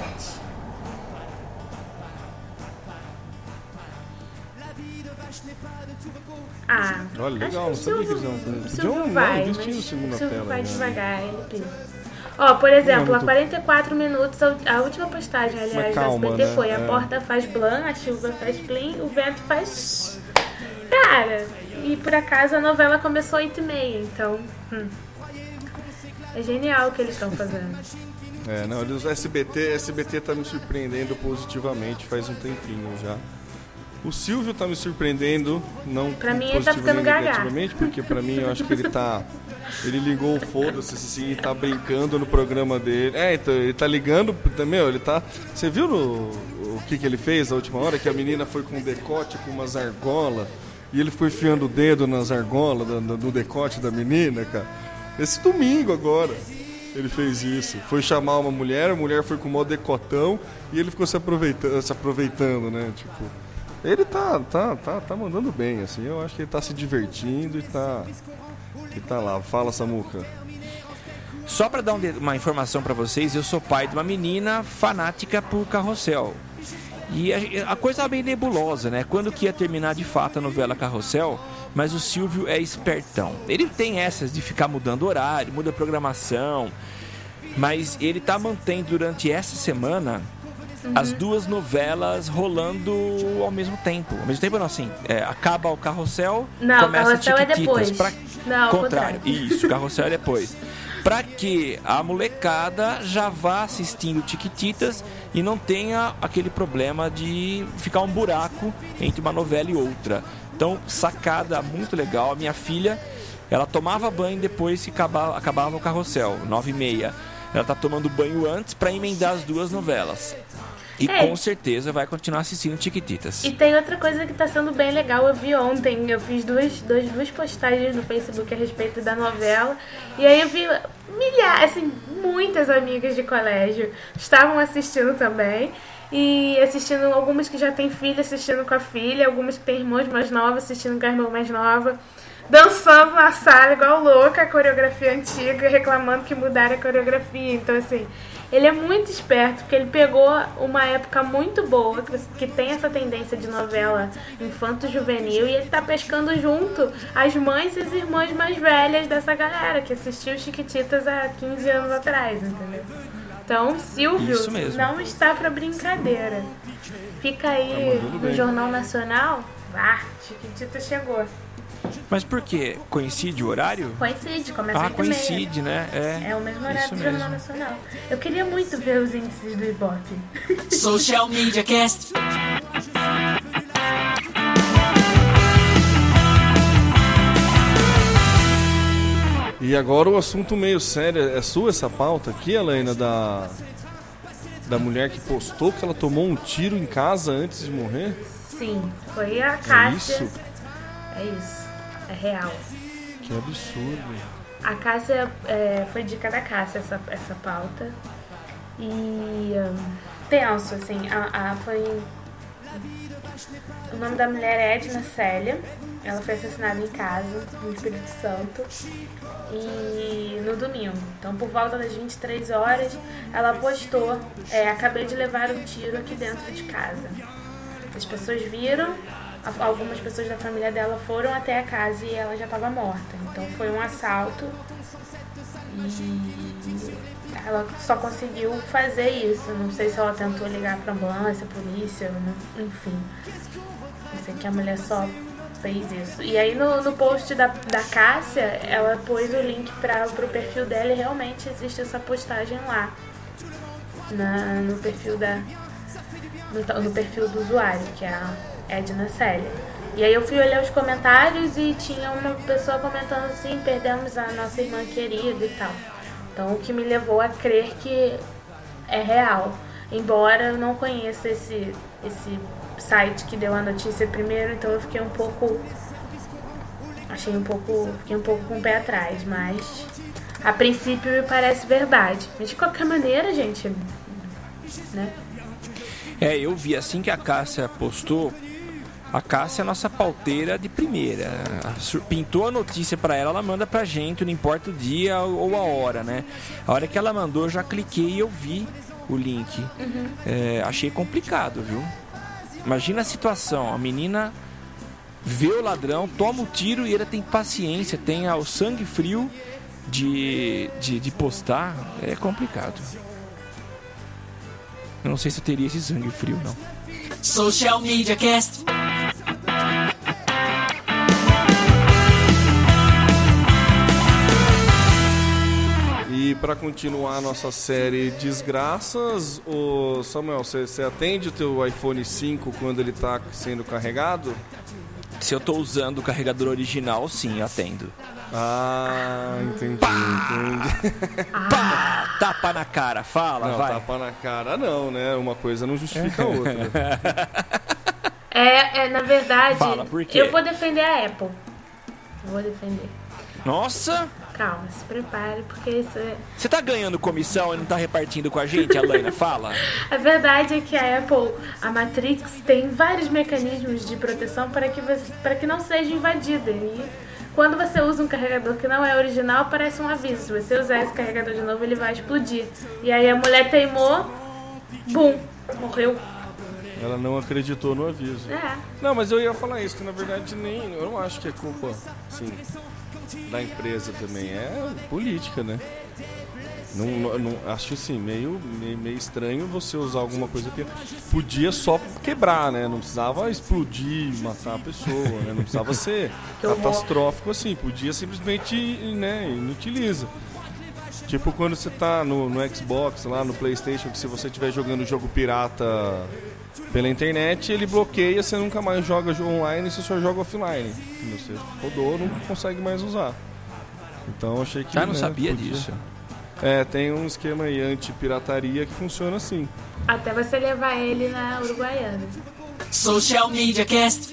Olha, legal, não sabia que eles iam fazer. O Silvio vai, mas segunda o Silvio tela, vai né? devagar, ele pisa. Por exemplo, há 44 minutos, a última postagem, aliás, do SBT né? foi: a porta faz blan, a chuva faz plim, o vento faz... Cara, e por acaso a novela começou às 8h30, então é genial o que eles estão fazendo. Não, o SBT tá me surpreendendo positivamente faz um tempinho já. O Silvio tá me surpreendendo, não pra mim ele tá ficando negativamente, porque pra mim eu acho que ele ligou o foda-se assim, e tá brincando no programa dele. Então ele tá ligando, ele tá... Você viu o que ele fez na última hora? Que a menina foi com um decote, com umas argolas, e ele ficou enfiando o dedo nas argolas do decote da menina, cara. Esse domingo agora ele fez isso. Foi chamar uma mulher, a mulher foi com o maior decotão e ele ficou se aproveitando, né? Tipo, ele tá mandando bem, assim. Eu acho que ele tá se divertindo e tá lá. Fala, Samuca. Só pra dar uma informação pra vocês, eu sou pai de uma menina fanática por Carrossel. E a coisa tá bem nebulosa, né? Quando que ia terminar de fato a novela Carrossel? Mas o Silvio é espertão. Ele tem essas de ficar mudando horário, muda a programação. Mas ele tá mantendo durante essa semana as duas novelas rolando ao mesmo tempo. Ao mesmo tempo não, assim, acaba o Carrossel, começa Carrossel Chiquititas. É depois. Não, contrário. Isso, Carrossel é depois. Pra que a molecada já vá assistindo Chiquititas e não tenha aquele problema de ficar um buraco entre uma novela e outra. Então, sacada muito legal. A minha filha, ela tomava banho depois que acabava o Carrossel, 9h30. Ela tá tomando banho antes pra emendar as duas novelas. E com certeza vai continuar assistindo Chiquititas. E tem outra coisa que tá sendo bem legal. Eu vi ontem, eu fiz duas postagens no Facebook a respeito da novela. E aí eu vi muitas amigas de colégio estavam assistindo também. E assistindo algumas que já tem filha, assistindo com a filha, algumas que tem irmãos mais novos, assistindo com a irmã mais nova, dançando na sala igual louca, a coreografia antiga, reclamando que mudaram a coreografia. Então, assim, ele é muito esperto, porque ele pegou uma época muito boa, que tem essa tendência de novela infanto-juvenil, e ele tá pescando junto as mães e as irmãs mais velhas dessa galera, que assistiu Chiquititas há 15 anos atrás, entendeu? Então, Silvio não está pra brincadeira. Fica aí no Jornal Nacional. Chiquitita chegou. Mas por quê? Coincide o horário? Coincide, começa às 8h30. Coincide, né? É o mesmo horário do Jornal Nacional. Eu queria muito ver os índices do Ibope. Social Media Cast. E agora o assunto meio sério. É sua essa pauta aqui, Helena, da mulher que postou que ela tomou um tiro em casa antes de morrer? Sim, foi a Cássia. É isso? É isso, é real. Que absurdo. A Cássia, foi dica da Cássia essa pauta. E tenso, assim, foi... O nome da mulher é Edna Célia. Ela foi assassinada em casa, no Espírito Santo, e no domingo. Então, por volta das 23 horas, ela postou: acabei de levar um tiro aqui dentro de casa. As pessoas viram, algumas pessoas da família dela foram até a casa e ela já estava morta. Então, foi um assalto e ela só conseguiu fazer isso. Não sei se ela tentou ligar para ambulância, polícia, enfim. Eu sei que a mulher só fez isso. E aí no post da Cássia, ela pôs o link pro perfil dela e realmente existe essa postagem lá. No perfil no perfil do usuário, que é a Edna Célia. E aí eu fui olhar os comentários e tinha uma pessoa comentando assim: perdemos a nossa irmã querida e tal. Então o que me levou a crer que é real. Embora eu não conheça esse site que deu a notícia primeiro, então eu fiquei um pouco com o pé atrás, mas a princípio me parece verdade. Mas de qualquer maneira, gente, né? Eu vi assim que a Cássia postou. A Cássia é a nossa pauteira de primeira. Pintou a notícia pra ela manda pra gente, não importa o dia ou a hora, né? A hora que ela mandou, eu já cliquei e eu vi o link. Achei complicado, viu? Imagina a situação, a menina vê o ladrão, toma o tiro e ela tem paciência, tem o sangue frio de postar. É complicado. Eu não sei se eu teria esse sangue frio, não. Social Media Cast. E para continuar a nossa série Desgraças, o Samuel, você atende o teu iPhone 5 quando ele está sendo carregado? Se eu tô usando o carregador original, sim, atendo. Entendi. Pá! Tapa na cara, fala, não, vai. Tapa na cara não, né? Uma coisa não justifica a outra. Na verdade, fala, por quê? Eu vou defender a Apple. Vou defender. Nossa! Calma, se prepare, porque isso é... Você tá ganhando comissão e não tá repartindo com a gente, Alaina? Fala. A verdade é que a Apple, a Matrix, tem vários mecanismos de proteção para que não seja invadida. E quando você usa um carregador que não é original, aparece um aviso. Se você usar esse carregador de novo, ele vai explodir. E aí a mulher teimou, bum, morreu. Ela não acreditou no aviso. Não, mas eu ia falar isso, que na verdade eu não acho que é culpa, assim, da empresa também. É política, né? Não, acho assim, meio estranho você usar alguma coisa que podia só quebrar, né? Não precisava explodir, matar a pessoa, né? Não precisava ser catastrófico assim. Podia simplesmente, né, inutiliza. Tipo quando você tá no Xbox, lá no PlayStation, que se você estiver jogando jogo pirata pela internet, ele bloqueia, você nunca mais joga jogo online, você só joga offline. Você rodou, não consegue mais usar. Então achei que... não sabia disso. Tem um esquema aí anti-pirataria que funciona assim. Até você levar ele na Uruguaiana. Social Media Cast.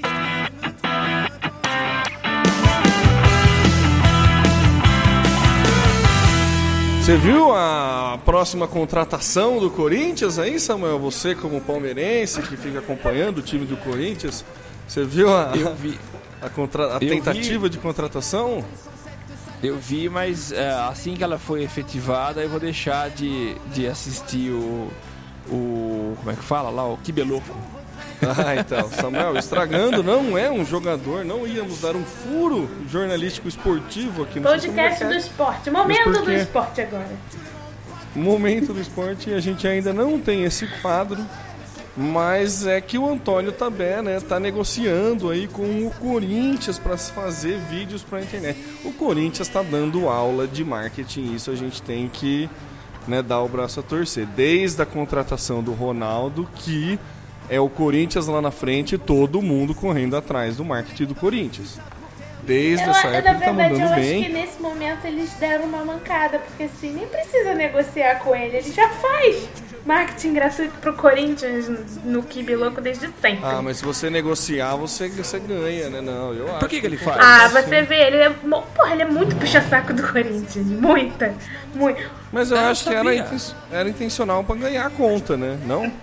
Você viu a a próxima contratação do Corinthians aí, Samuel? Você como palmeirense que fica acompanhando o time do Corinthians, você viu Eu vi. a tentativa de contratação? Eu vi, mas assim que ela foi efetivada, eu vou deixar de assistir o como é que fala lá? O Kibeloco. Então, Samuel, estragando, não é um jogador, não íamos dar um furo jornalístico esportivo aqui no Podcast do esporte, momento do esporte agora. Momento do esporte, e a gente ainda não tem esse quadro, mas é que o Antônio Tabé, né, tá negociando aí com o Corinthians para fazer vídeos para a internet. O Corinthians tá dando aula de marketing, isso a gente tem que, né, dar o braço a torcer. Desde a contratação do Ronaldo, que é o Corinthians lá na frente, todo mundo correndo atrás do marketing do Corinthians. Desde essa época ele tá mandando bem. Na verdade, eu acho que nesse momento eles deram uma mancada, porque assim, nem precisa negociar com ele já faz marketing gratuito pro Corinthians no Kibiloco desde sempre. Mas se você negociar, você ganha, né? Não, eu acho. Por que ele faz? Você vê, ele é muito puxa-saco do Corinthians, muito. Mas eu acho que era intencional pra ganhar a conta, né? Não?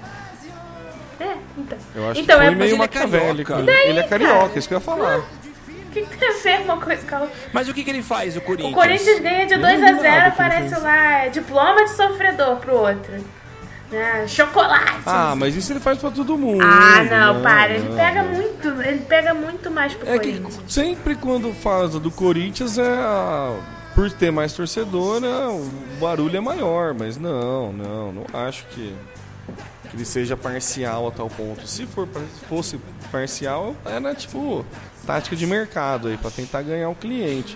Então. Eu acho que foi meio maquiavélico. Ele é carioca, isso que eu ia falar. O que tem a ver uma coisa com a outra? Mas o que ele faz, o Corinthians? O Corinthians ganha de 2-0, aparece lá, diploma de sofredor pro outro. Chocolate. Mas isso ele faz pra todo mundo. Não, para. Ele pega muito mais pro Corinthians. Que sempre quando fala do Corinthians por ter mais torcedor, o barulho é maior, mas não acho que ele seja parcial a tal ponto. Se fosse parcial, era tipo tática de mercado aí, pra tentar ganhar o cliente.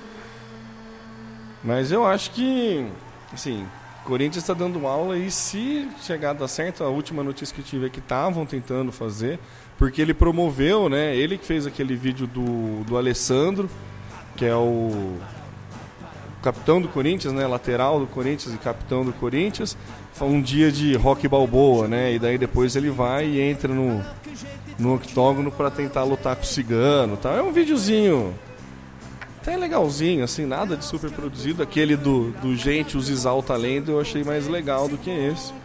Mas eu acho que, assim, o Corinthians está dando aula e se chegar a dar certo, a última notícia que eu tive é que estavam tentando fazer, porque ele promoveu, né, ele que fez aquele vídeo do Alessandro, que é o capitão do Corinthians, né, lateral do Corinthians e capitão do Corinthians, um dia de Rock Balboa, né, e daí depois ele vai e entra no octógono para tentar lutar com o cigano, tá? É um videozinho até legalzinho, assim, nada de super produzido. Aquele do Gente, os Exalta Lenda, eu achei mais legal do que esse.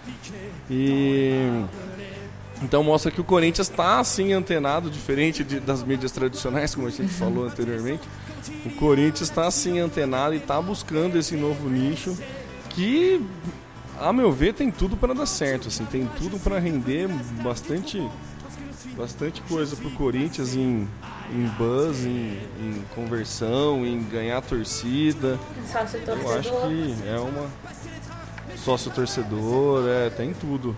E então mostra que o Corinthians está assim antenado, diferente das mídias tradicionais, como a gente falou anteriormente. O Corinthians está assim antenado e está buscando esse novo nicho que, a meu ver, tem tudo para dar certo, assim, tem tudo para render bastante coisa pro Corinthians em buzz, em conversão, em ganhar torcida. Sócio torcedor. Eu acho que é uma sócio torcedor, tem tudo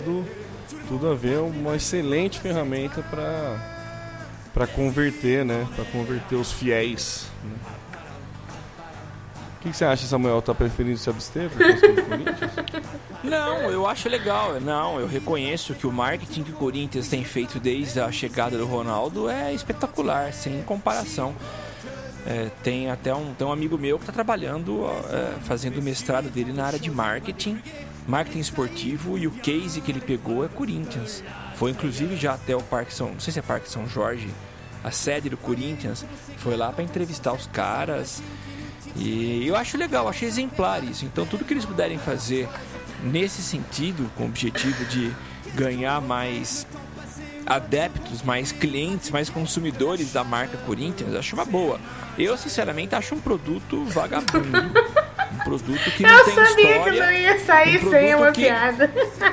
a ver, uma excelente ferramenta para converter, né? Para converter os fiéis. Né? O que você acha, Samuel? Tá preferindo se abster por causa do Corinthians? Não, eu acho legal. Não, eu reconheço que o marketing que o Corinthians tem feito desde a chegada do Ronaldo é espetacular, sem comparação. Tem até um amigo meu que está trabalhando, fazendo o mestrado dele na área de marketing esportivo, e o case que ele pegou é Corinthians. Foi inclusive já até o Parque não sei se é Parque São Jorge, a sede do Corinthians, foi lá para entrevistar os caras. E eu acho legal, acho exemplar isso. Então tudo que eles puderem fazer nesse sentido, com o objetivo de ganhar mais adeptos, mais clientes, mais consumidores da marca Corinthians, acho uma boa. Eu sinceramente acho um produto vagabundo, um produto que não tem história. Eu sabia que não ia sair sem uma piada.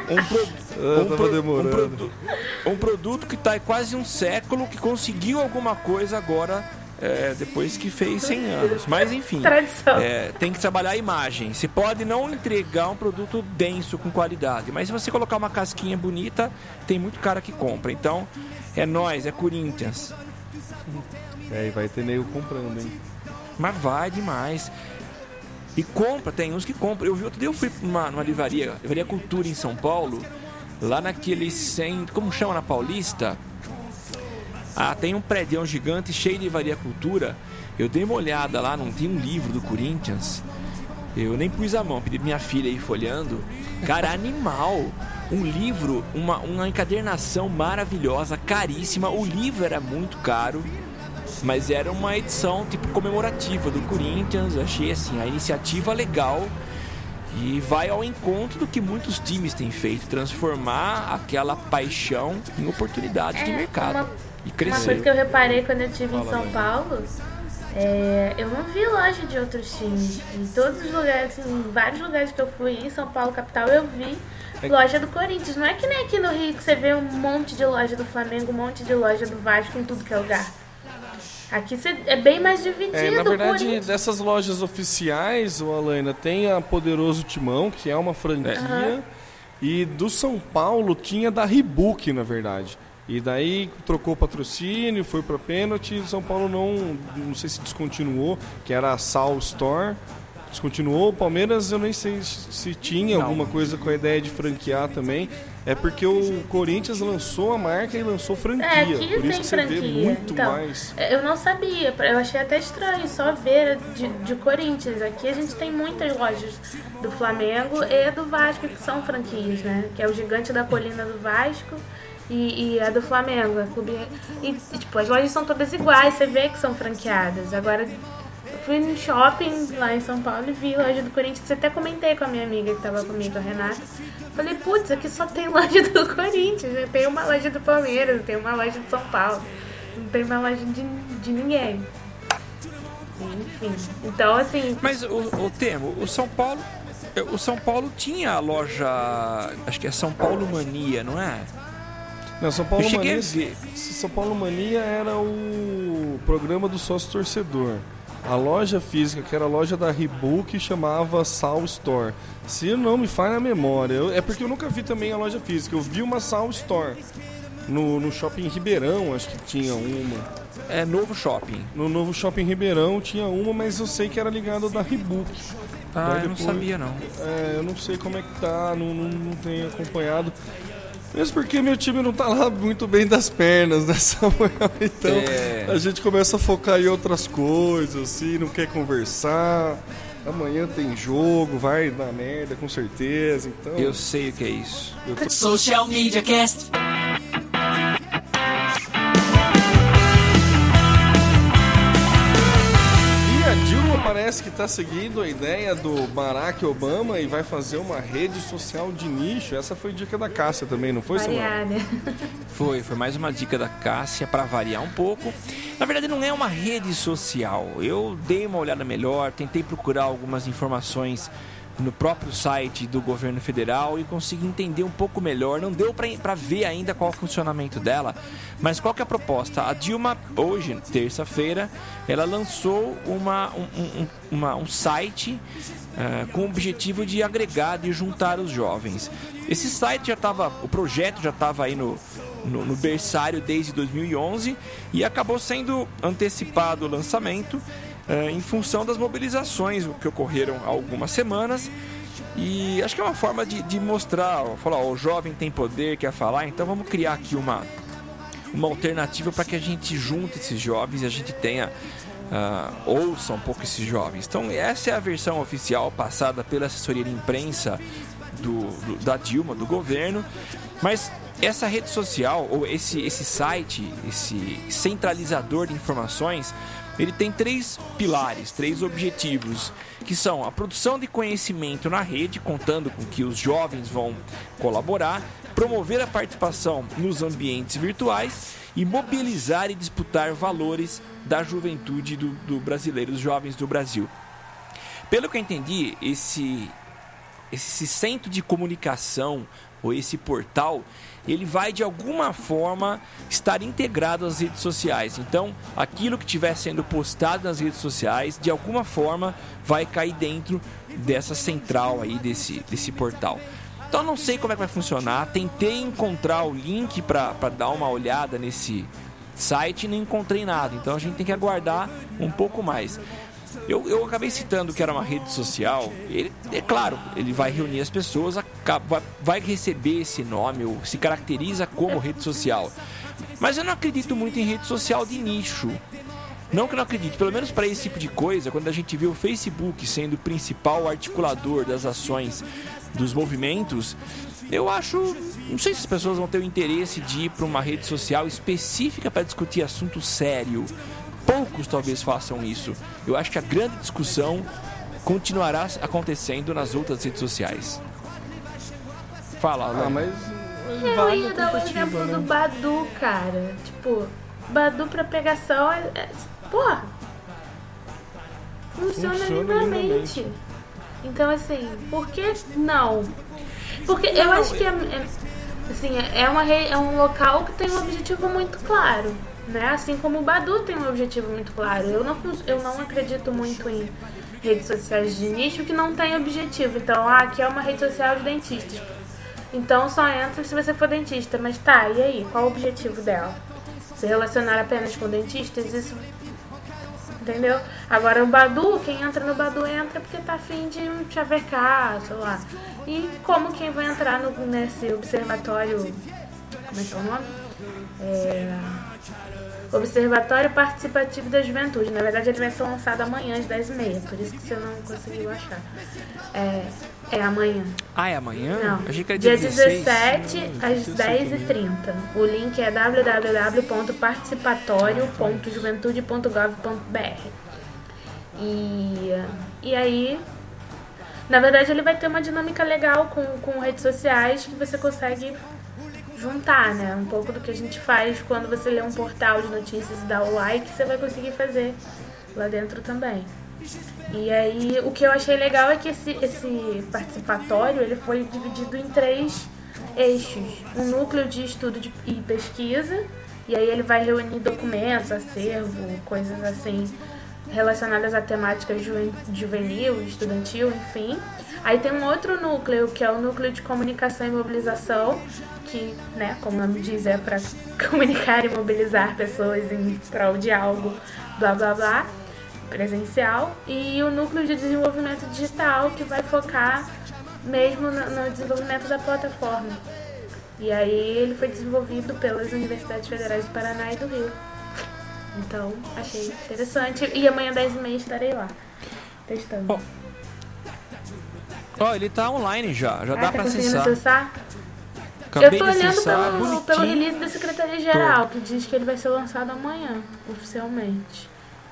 Um produto que está quase um século, que conseguiu alguma coisa agora, depois que fez 100 anos. Mas enfim, tem que trabalhar a imagem. Você pode não entregar um produto denso com qualidade, mas se você colocar uma casquinha bonita, tem muito cara que compra. Então é nóis, é Corinthians. E vai ter nego comprando, hein? Mas vai demais. E compra, tem uns que compram. Outro dia eu fui numa livraria Cultura em São Paulo, lá naquele como chama na Paulista? Tem um prédio gigante cheio de Livraria Cultura. Eu dei uma olhada lá, não tinha um livro do Corinthians. Eu nem pus a mão, pedi pra minha filha ir folhando. Cara, animal. Um livro, uma encadernação maravilhosa, caríssima. O livro era muito caro, mas era uma edição tipo comemorativa do Corinthians. Achei assim, a iniciativa legal. E vai ao encontro do que muitos times têm feito, transformar aquela paixão em oportunidade de mercado e crescer. Uma coisa que eu reparei quando eu estive em São Paulo, eu não vi loja de outros times. Em todos os lugares, em vários lugares que eu fui, em São Paulo, capital, eu vi loja do Corinthians. Não é que nem aqui no Rio que você vê um monte de loja do Flamengo, um monte de loja do Vasco em tudo que é lugar. Aqui é bem mais dividido. Na verdade, dessas lojas oficiais, Alaina, tem a Poderoso Timão, que é uma franquia, e do São Paulo tinha da Reebok, na verdade. E daí trocou o patrocínio, foi para pênalti, São Paulo não sei se descontinuou, que era a Sal Store. Descontinuou. O Palmeiras eu nem sei se tinha alguma coisa com a ideia de franquear também. É porque o Corinthians lançou a marca e lançou franquia. Aqui por isso tem que você franquia. vê muito então, mais. Eu não sabia, eu achei até estranho só ver de Corinthians. Aqui a gente tem muitas lojas do Flamengo e do Vasco que são franquias, né? Que é o Gigante da Colina do Vasco e a do Flamengo. E tipo, as lojas são todas iguais, você vê que são franqueadas. Agora, fui no shopping lá em São Paulo e vi loja do Corinthians. Até comentei com a minha amiga que tava comigo, a Renata. Falei, putz, aqui só tem loja do Corinthians. Tem uma loja do Palmeiras, tem uma loja de São Paulo. Não tem uma loja de ninguém. Enfim, então assim... Mas o Temo, o São Paulo tinha a loja, acho que é São Paulo Mania, não é? Não, São Paulo Mania era o programa do sócio torcedor. A loja física, que era a loja da Reebok, chamava Sal Store. Se não me falha a memória, é porque eu nunca vi também a loja física. Eu vi uma Sal Store no shopping Ribeirão, acho que tinha uma. É Novo Shopping. No Novo Shopping Ribeirão tinha uma, mas eu sei que era ligada da Reebok. Ah, eu não sabia não. Eu não sei como é que tá, não tenho acompanhado. Mesmo porque meu time não tá lá muito bem das pernas, né, Samuel? Então a gente começa a focar em outras coisas, assim, não quer conversar. Amanhã tem jogo, vai dar merda, com certeza. Então, eu sei o que é isso. Social Media Cast. Dilma parece que está seguindo a ideia do Barack Obama e vai fazer uma rede social de nicho. Essa foi dica da Cássia também, não foi, Samuel? Foi mais uma dica da Cássia para variar um pouco. Na verdade não é uma rede social. Eu dei uma olhada melhor, tentei procurar algumas informações no próprio site do governo federal e consegui entender um pouco melhor. Não deu para ver ainda qual é o funcionamento dela, mas qual que é a proposta? A Dilma, hoje, terça-feira, ela lançou um site com o objetivo de agregar, de juntar os jovens. Esse site o projeto já estava aí no berçário desde 2011 e acabou sendo antecipado o lançamento em função das mobilizações que ocorreram há algumas semanas. E acho que é uma forma de mostrar, falar, o jovem tem poder, quer falar, então vamos criar aqui uma alternativa para que a gente junte esses jovens e a gente tenha ouça um pouco esses jovens. Então essa é a versão oficial passada pela assessoria de imprensa da Dilma, do governo. Mas essa rede social, ou esse site, esse centralizador de informações, ele tem 3 pilares, 3 objetivos, que são a produção de conhecimento na rede, contando com que os jovens vão colaborar, promover a participação nos ambientes virtuais e mobilizar e disputar valores da juventude do brasileiro, dos jovens do Brasil. Pelo que eu entendi, esse centro de comunicação, ou esse portal, ele vai de alguma forma estar integrado às redes sociais. Então, aquilo que estiver sendo postado nas redes sociais, de alguma forma, vai cair dentro dessa central aí, desse portal. Então, não sei como é que vai funcionar. Tentei encontrar o link para dar uma olhada nesse site e não encontrei nada. Então, a gente tem que aguardar um pouco mais. Eu acabei citando que era uma rede social. Ele, é claro, ele vai reunir as pessoas, vai receber esse nome, ou se caracteriza como rede social. Mas eu não acredito muito em rede social de nicho. Não que eu não acredite, pelo menos para esse tipo de coisa, quando a gente vê o Facebook sendo o principal articulador das ações dos movimentos, eu acho, não sei se as pessoas vão ter o interesse de ir para uma rede social específica para discutir assunto sério. Poucos talvez façam isso. Eu acho que a grande discussão continuará acontecendo nas outras redes sociais. Fala, Alan. mas Eu ia dar o exemplo do Badu, cara. Tipo, Badu pra pegação porra, funciona lindamente. Então, assim, por que não? Porque eu acho que é um local que tem um objetivo muito claro, né? Assim como o Badu tem um objetivo muito claro. Eu não acredito muito em redes sociais de nicho que não tem objetivo. Então, aqui é uma rede social de dentistas. Então só entra se você for dentista. Mas tá, e aí? Qual o objetivo dela? Se relacionar apenas com dentistas? Isso... Entendeu? Agora o Badu, quem entra no Badu entra porque tá afim de um chavecar, sei lá. E como quem vai entrar nesse observatório... Como é que é o nome? Observatório Participativo da Juventude. Na verdade ele vai ser lançado amanhã às 10h30. Por isso que você não conseguiu achar. É amanhã. Ah, é amanhã? Não. Achei que era dia 16. 17 às 10h30. O link é www.participatório.juventude.gov.br. E aí, na verdade, ele vai ter uma dinâmica legal com redes sociais que você consegue juntar, né? Um pouco do que a gente faz quando você lê um portal de notícias e dá o like, você vai conseguir fazer lá dentro também. E aí, o que eu achei legal é que esse participatório, ele foi dividido em 3 eixos. Um núcleo de estudo e pesquisa, e aí ele vai reunir documentos, acervo, coisas assim, relacionadas à temática juvenil, estudantil, enfim. Aí tem um outro núcleo, que é o núcleo de comunicação e mobilização, que, né, como o nome diz, é para comunicar e mobilizar pessoas em prol de algo, blá blá blá, presencial. E o núcleo de desenvolvimento digital, que vai focar mesmo no desenvolvimento da plataforma. E aí ele foi desenvolvido pelas Universidades Federais do Paraná e do Rio. Então, achei interessante. E amanhã, 10h30, estarei lá, testando. Ele tá online já dá pra conseguindo acessar. Eu tô olhando pelo release da Secretaria-Geral, que diz que ele vai ser lançado amanhã, oficialmente.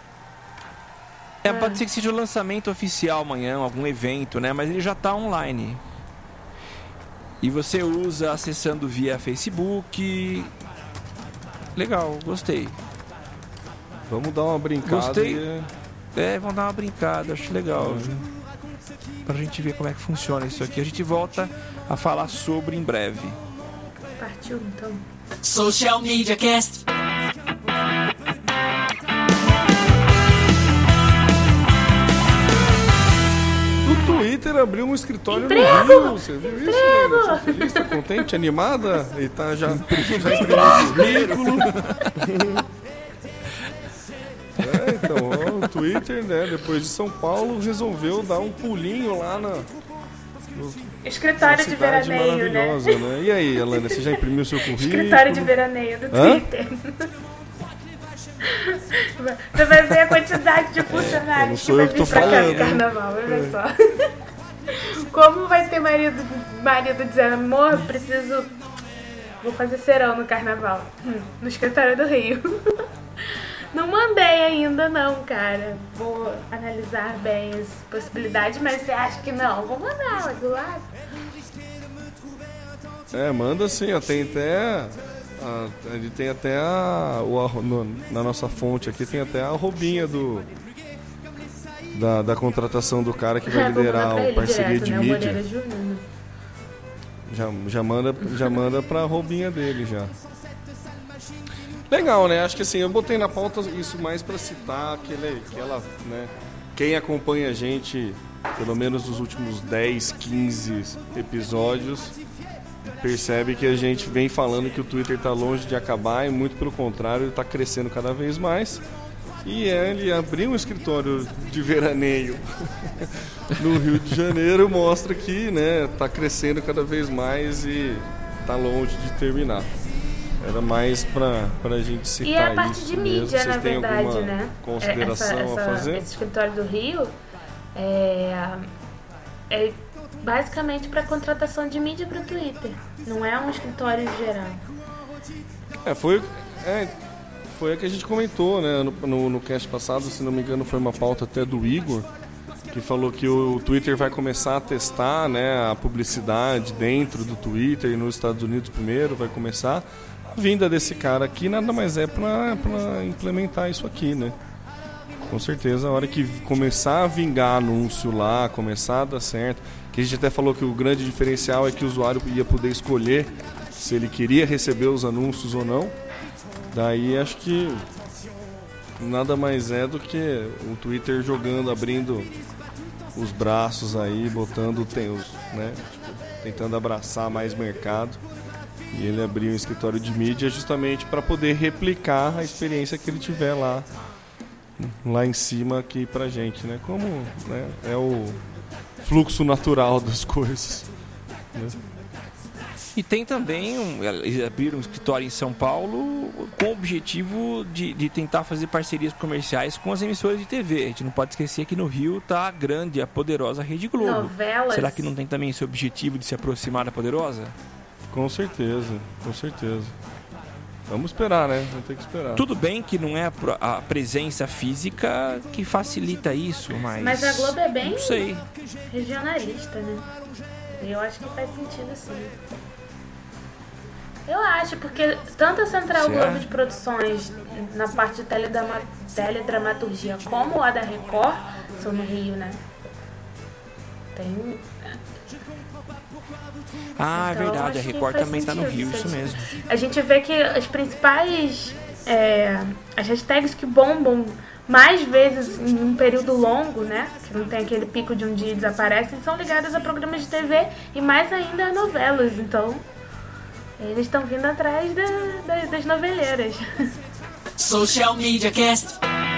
Pode ser que seja o lançamento oficial amanhã, algum evento, né? Mas ele já tá online. E você usa acessando via Facebook. Legal, gostei. Vamos dar uma brincada. Gostei. Vamos dar uma brincada, acho legal. Pra gente ver como é que funciona isso aqui. A gente volta a falar sobre em breve. Partiu, então. Social Media Cast. O Twitter abriu um escritório Emprego! no Rio. Você viu isso? Tá feliz, tá contente, animada? E tá já imprimindo currículo. Então, o Twitter, né, depois de São Paulo, resolveu dar um pulinho lá na Escritório de veraneio, né? maravilhosa, né? E aí, Alana, você já imprimiu seu currículo? Escritório de veraneio do Twitter. Você vai ver a quantidade de funcionários que vai vir pra cá no carnaval, vai ver só. Como vai ter marido dizendo, amor, vou fazer serão no carnaval, no escritório do Rio. Não mandei ainda não, cara. Vou analisar bem as possibilidades, mas você acha que não? Vou mandar lá do lado. Manda sim, tem até... ele tem até na nossa fonte aqui, tem até a arrobinha da contratação do cara que vai liderar a parceria direto, de né? mídia. Já manda pra arrobinha dele já. Legal, né? Acho que assim, eu botei na pauta isso mais pra citar que ela, né? Quem acompanha a gente, pelo menos nos últimos 10, 15 episódios, percebe que a gente vem falando que o Twitter tá longe de acabar e muito pelo contrário, ele tá crescendo cada vez mais. E ele abriu um escritório de veraneio no Rio de Janeiro, mostra que, né, tá crescendo cada vez mais e tá longe de terminar. Era mais pra gente citar isso. E a parte de mídia, mesmo. na verdade, né? Consideração a fazer? Esse escritório do Rio é basicamente para contratação de mídia para o Twitter. Não é um escritório geral. Foi a que a gente comentou, né? No cast passado, se não me engano, foi uma pauta até do Igor. que falou que o Twitter vai começar a testar, né, a publicidade dentro do Twitter e nos Estados Unidos primeiro, vai começar. A vinda desse cara aqui nada mais é para implementar isso aqui, né? Com certeza, a hora que começar a vingar anúncio lá, começar a dar certo, que a gente até falou que o grande diferencial é que o usuário ia poder escolher se ele queria receber os anúncios ou não. Daí acho que nada mais é do que o Twitter jogando, abrindo os braços aí, botando, né, tipo, tentando abraçar mais mercado. E ele abriu um escritório de mídia justamente para poder replicar a experiência que ele tiver lá em cima aqui pra gente, né? Como, né, é o fluxo natural das coisas, né? E tem também, eles abriram um escritório em São Paulo com o objetivo de tentar fazer parcerias comerciais com as emissoras de TV. A gente não pode esquecer que no Rio está a grande, a poderosa Rede Globo. Novelas. Será que não tem também esse objetivo de se aproximar da poderosa? Com certeza, com certeza. Vamos esperar, né? Vamos ter que esperar. Tudo bem que não é a presença física que facilita isso, mas... Mas a Globo é bem não sei. regionalista, né? Eu acho que faz sentido, sim. Eu acho, porque tanto a Central Globo de Produções, na parte de teledramaturgia, como a da Record, são no Rio, né? Tem... Ah, então, é verdade, a Record também está no Rio, isso mesmo. A gente vê que as principais... as hashtags que bombam mais vezes em um período longo, né? Que não tem aquele pico de um dia e desaparecem, são ligadas a programas de TV e mais ainda a novelas. Então, eles estão vindo atrás das noveleiras. Social Media Cast.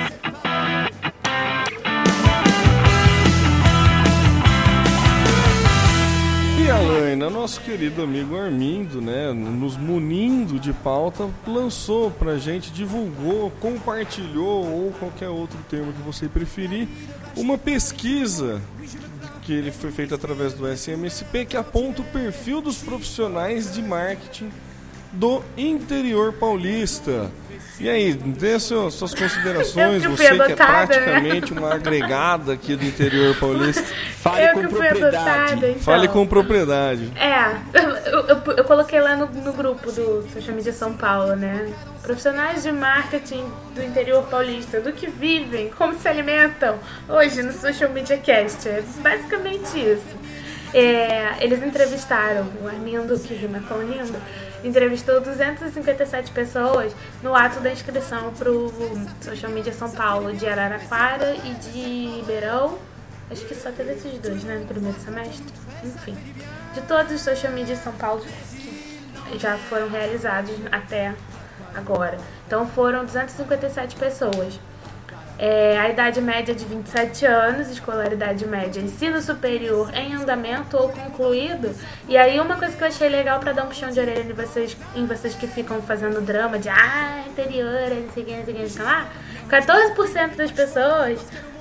E a Laina, nosso querido amigo Armindo, né, nos munindo de pauta, lançou pra gente, divulgou, compartilhou, ou qualquer outro termo que você preferir, uma pesquisa que ele foi feita através do SMSP, que aponta o perfil dos profissionais de marketing do interior paulista. E aí, dê suas considerações, você que é praticamente uma agregada aqui do interior paulista. Fale com propriedade. Então. Fale com propriedade. Eu coloquei lá no grupo do Social Media São Paulo, né? Profissionais de marketing do interior paulista, do que vivem, como se alimentam hoje no Social Media Cast. É basicamente isso. Eles entrevistaram o Armindo, que rima com lindo, entrevistou 257 pessoas no ato da inscrição para o Social Media São Paulo de Araraquara e de Ribeirão. Acho que só teve esses dois, né, no primeiro semestre. Enfim, de todos os Social Media São Paulo que já foram realizados até agora. Então foram 257 pessoas. A idade média de 27 anos, escolaridade média, ensino superior em andamento ou concluído. E aí uma coisa que eu achei legal pra dar um puxão de orelha em vocês que ficam fazendo drama de interior, não sei o que, não sei o que, lá. 14% das pessoas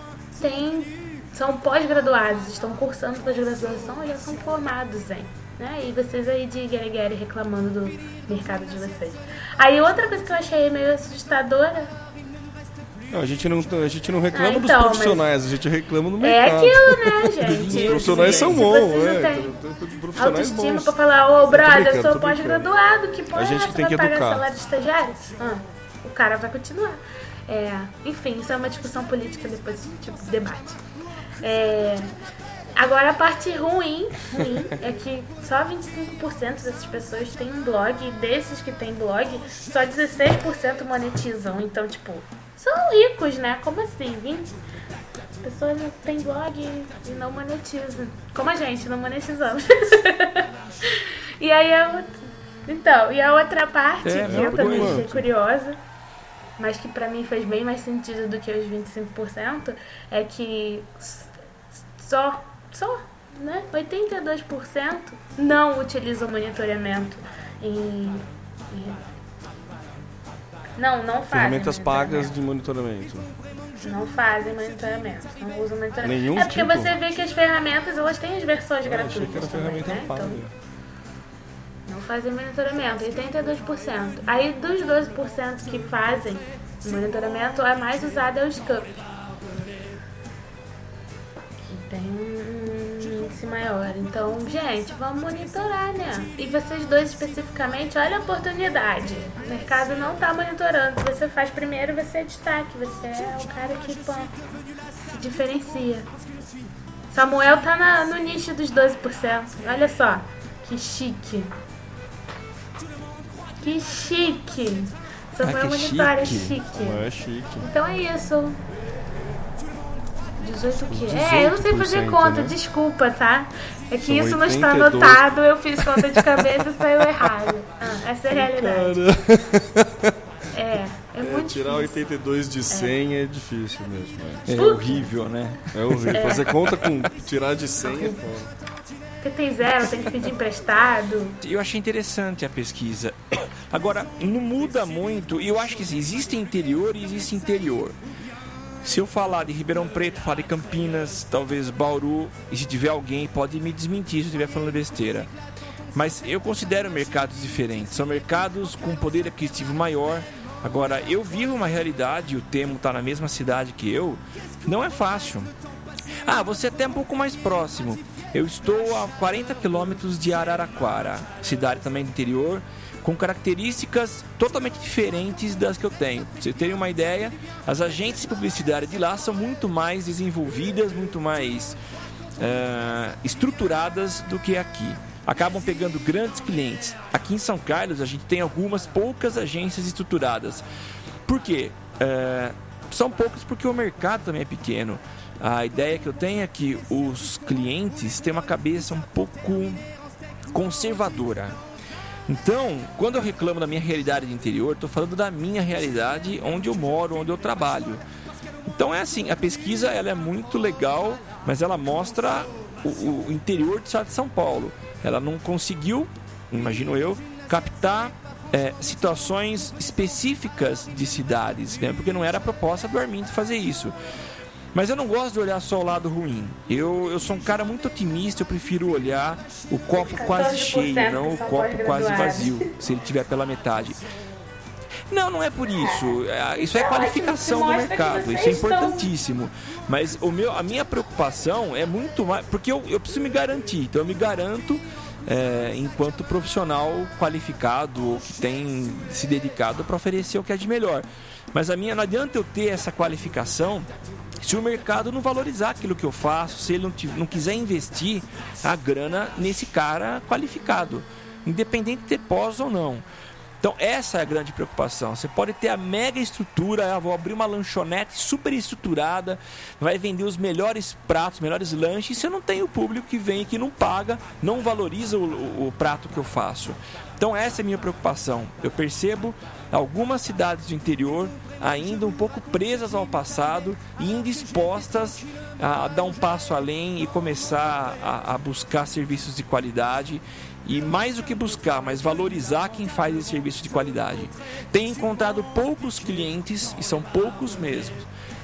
são pós-graduados, estão cursando pós-graduação ou já são formados em. Né? E vocês aí de guerre reclamando do mercado de vocês. Aí outra coisa que eu achei meio assustadora... Não, a gente não reclama dos profissionais, a gente reclama do mercado. É aquilo, né, gente? Os profissionais são bons, profissionais autoestima bons. pra falar, brother, eu sou pós-graduado, que porra, a gente você tem vai que pagar educar. salário de estagiário? O cara vai continuar. Enfim, isso é uma discussão política depois, tipo, debate. Agora a parte ruim é que só 25% dessas pessoas têm um blog, e desses que têm blog, só 16% monetizam. Então, tipo, são ricos, né? Como assim? 20? As pessoas têm blog e não monetizam. Como a gente, não monetizamos. E aí e a outra parte, que eu também achei curiosa, mas que pra mim fez bem mais sentido do que os 25%, é que só, né, 82% não utilizam monitoramento não fazem ferramentas pagas de monitoramento. Não fazem monitoramento, não usam monitoramento. Nenhum porque tipo? você vê que as ferramentas, elas têm as versões gratuitas. Achei que era também, ferramenta né? paga. Então, não fazem monitoramento, 82%. Aí dos 12% que fazem monitoramento, a mais usada é o Scoop. tem um índice maior. Então, gente, vamos monitorar, né? E vocês dois especificamente, olha a oportunidade. O mercado não tá monitorando. Se você faz primeiro, você é destaque. Você é o cara que, pô, se diferencia. Samuel tá no nicho dos 12%. Olha só, que chique. Que chique. Samuel monitora, é chique. É chique. Então é isso. 18 o quê? Eu não sei fazer conta, né? Desculpa, tá? É que São isso não está 82. anotado, eu fiz conta de cabeça e saiu errado. Essa é a realidade. É muito tirar difícil. 82 de 100 é difícil mesmo. É horrível, né? É horrível. Fazer conta com tirar de 100 é foda. Porque tem zero, tem que pedir emprestado. Eu achei interessante a pesquisa. Agora, não muda muito. E eu acho que assim, existe interior e existe interior. Se eu falar de Ribeirão Preto, falar de Campinas, talvez Bauru, e se tiver alguém, pode me desmentir se eu estiver falando besteira. Mas eu considero mercados diferentes. São mercados com poder aquisitivo maior. Agora, eu vivo uma realidade, o Temo está na mesma cidade que eu, não é fácil. Você é até um pouco mais próximo. Eu estou a 40 quilômetros de Araraquara, cidade também do interior, com características totalmente diferentes das que eu tenho. Pra vocês terem uma ideia, as agências de publicidade de lá são muito mais desenvolvidas, muito mais estruturadas do que aqui. Acabam pegando grandes clientes. Aqui em São Carlos a gente tem algumas poucas agências estruturadas. Por quê? São poucas porque o mercado também é pequeno. A ideia que eu tenho é que os clientes têm uma cabeça um pouco conservadora. Então, quando eu reclamo da minha realidade de interior, estou falando da minha realidade onde eu moro, onde eu trabalho. Então é assim, a pesquisa ela é muito legal, mas ela mostra o interior do estado de São Paulo. Ela não conseguiu, imagino eu, captar situações específicas de cidades, né? Porque não era a proposta do Armindo fazer isso. Mas eu não gosto de olhar só o lado ruim. Eu sou um cara muito otimista, eu prefiro olhar o copo quase cheio, não o copo quase vazio, se ele tiver pela metade. Não é por isso. Isso é qualificação do mercado, isso é importantíssimo. Mas a minha preocupação é muito mais... Porque eu preciso me garantir, então eu me garanto enquanto profissional qualificado ou que tem se dedicado para oferecer o que é de melhor. Mas não adianta eu ter essa qualificação se o mercado não valorizar aquilo que eu faço, se ele não quiser investir a grana nesse cara qualificado, independente de ter pós ou não. Então essa é a grande preocupação. Você pode ter a mega estrutura, vou abrir uma lanchonete super estruturada, vai vender os melhores pratos, melhores lanches, e você não tem o público que vem, que não paga, não valoriza o prato que eu faço. Então essa é a minha preocupação. Eu percebo algumas cidades do interior ainda um pouco presas ao passado e indispostas a dar um passo além e começar a buscar serviços de qualidade. E mais do que buscar, mas valorizar quem faz esse serviço de qualidade. Tenho encontrado poucos clientes, e são poucos mesmo,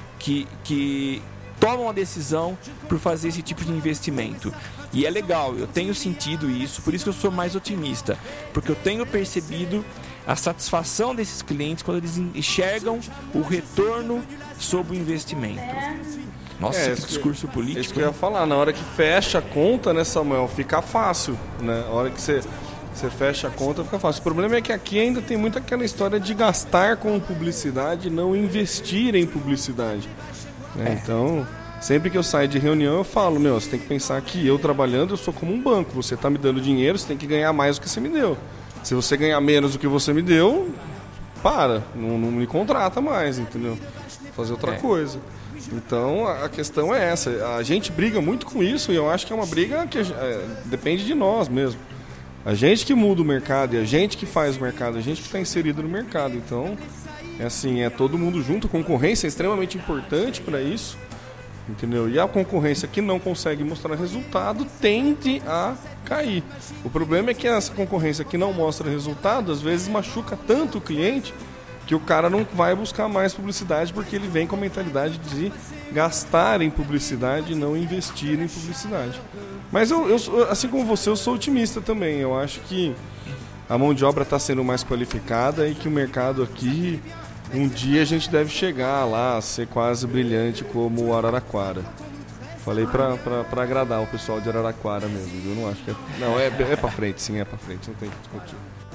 que tomam a decisão por fazer esse tipo de investimento. E é legal, eu tenho sentido isso, por isso que eu sou mais otimista. Porque eu tenho percebido a satisfação desses clientes quando eles enxergam o retorno sobre o investimento. Nossa, que discurso político. Isso que eu ia falar, na hora que fecha a conta, né, Samuel, fica fácil, né? A hora que você fecha a conta, fica fácil. O problema é que aqui ainda tem muito aquela história de gastar com publicidade e não investir em publicidade. Né? Então, sempre que eu saio de reunião, eu falo, você tem que pensar que eu trabalhando, eu sou como um banco. Você está me dando dinheiro, você tem que ganhar mais do que você me deu. Se você ganhar menos do que você me deu, não me contrata mais, entendeu? Fazer outra coisa. Então a questão é essa. A gente briga muito com isso e eu acho que é uma briga que depende de nós mesmo. A gente que muda o mercado e a gente que faz o mercado, a gente que está inserido no mercado. Então é todo mundo junto. A concorrência é extremamente importante para isso, entendeu? E a concorrência que não consegue mostrar resultado tende a cair. O problema é que essa concorrência que não mostra resultado às vezes machuca tanto o cliente que o cara não vai buscar mais publicidade porque ele vem com a mentalidade de gastar em publicidade e não investir em publicidade. Mas eu assim como você, eu sou otimista também. Eu acho que a mão de obra está sendo mais qualificada e que o mercado aqui, um dia a gente deve chegar lá a ser quase brilhante como o Araraquara. Falei pra agradar o pessoal de Araraquara mesmo, viu? Não acho que é... Não, é pra frente, sim, é pra frente, não tem que discutir.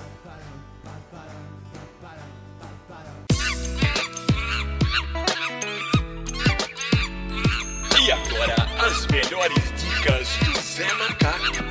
E agora, as melhores dicas do Zé Macaco.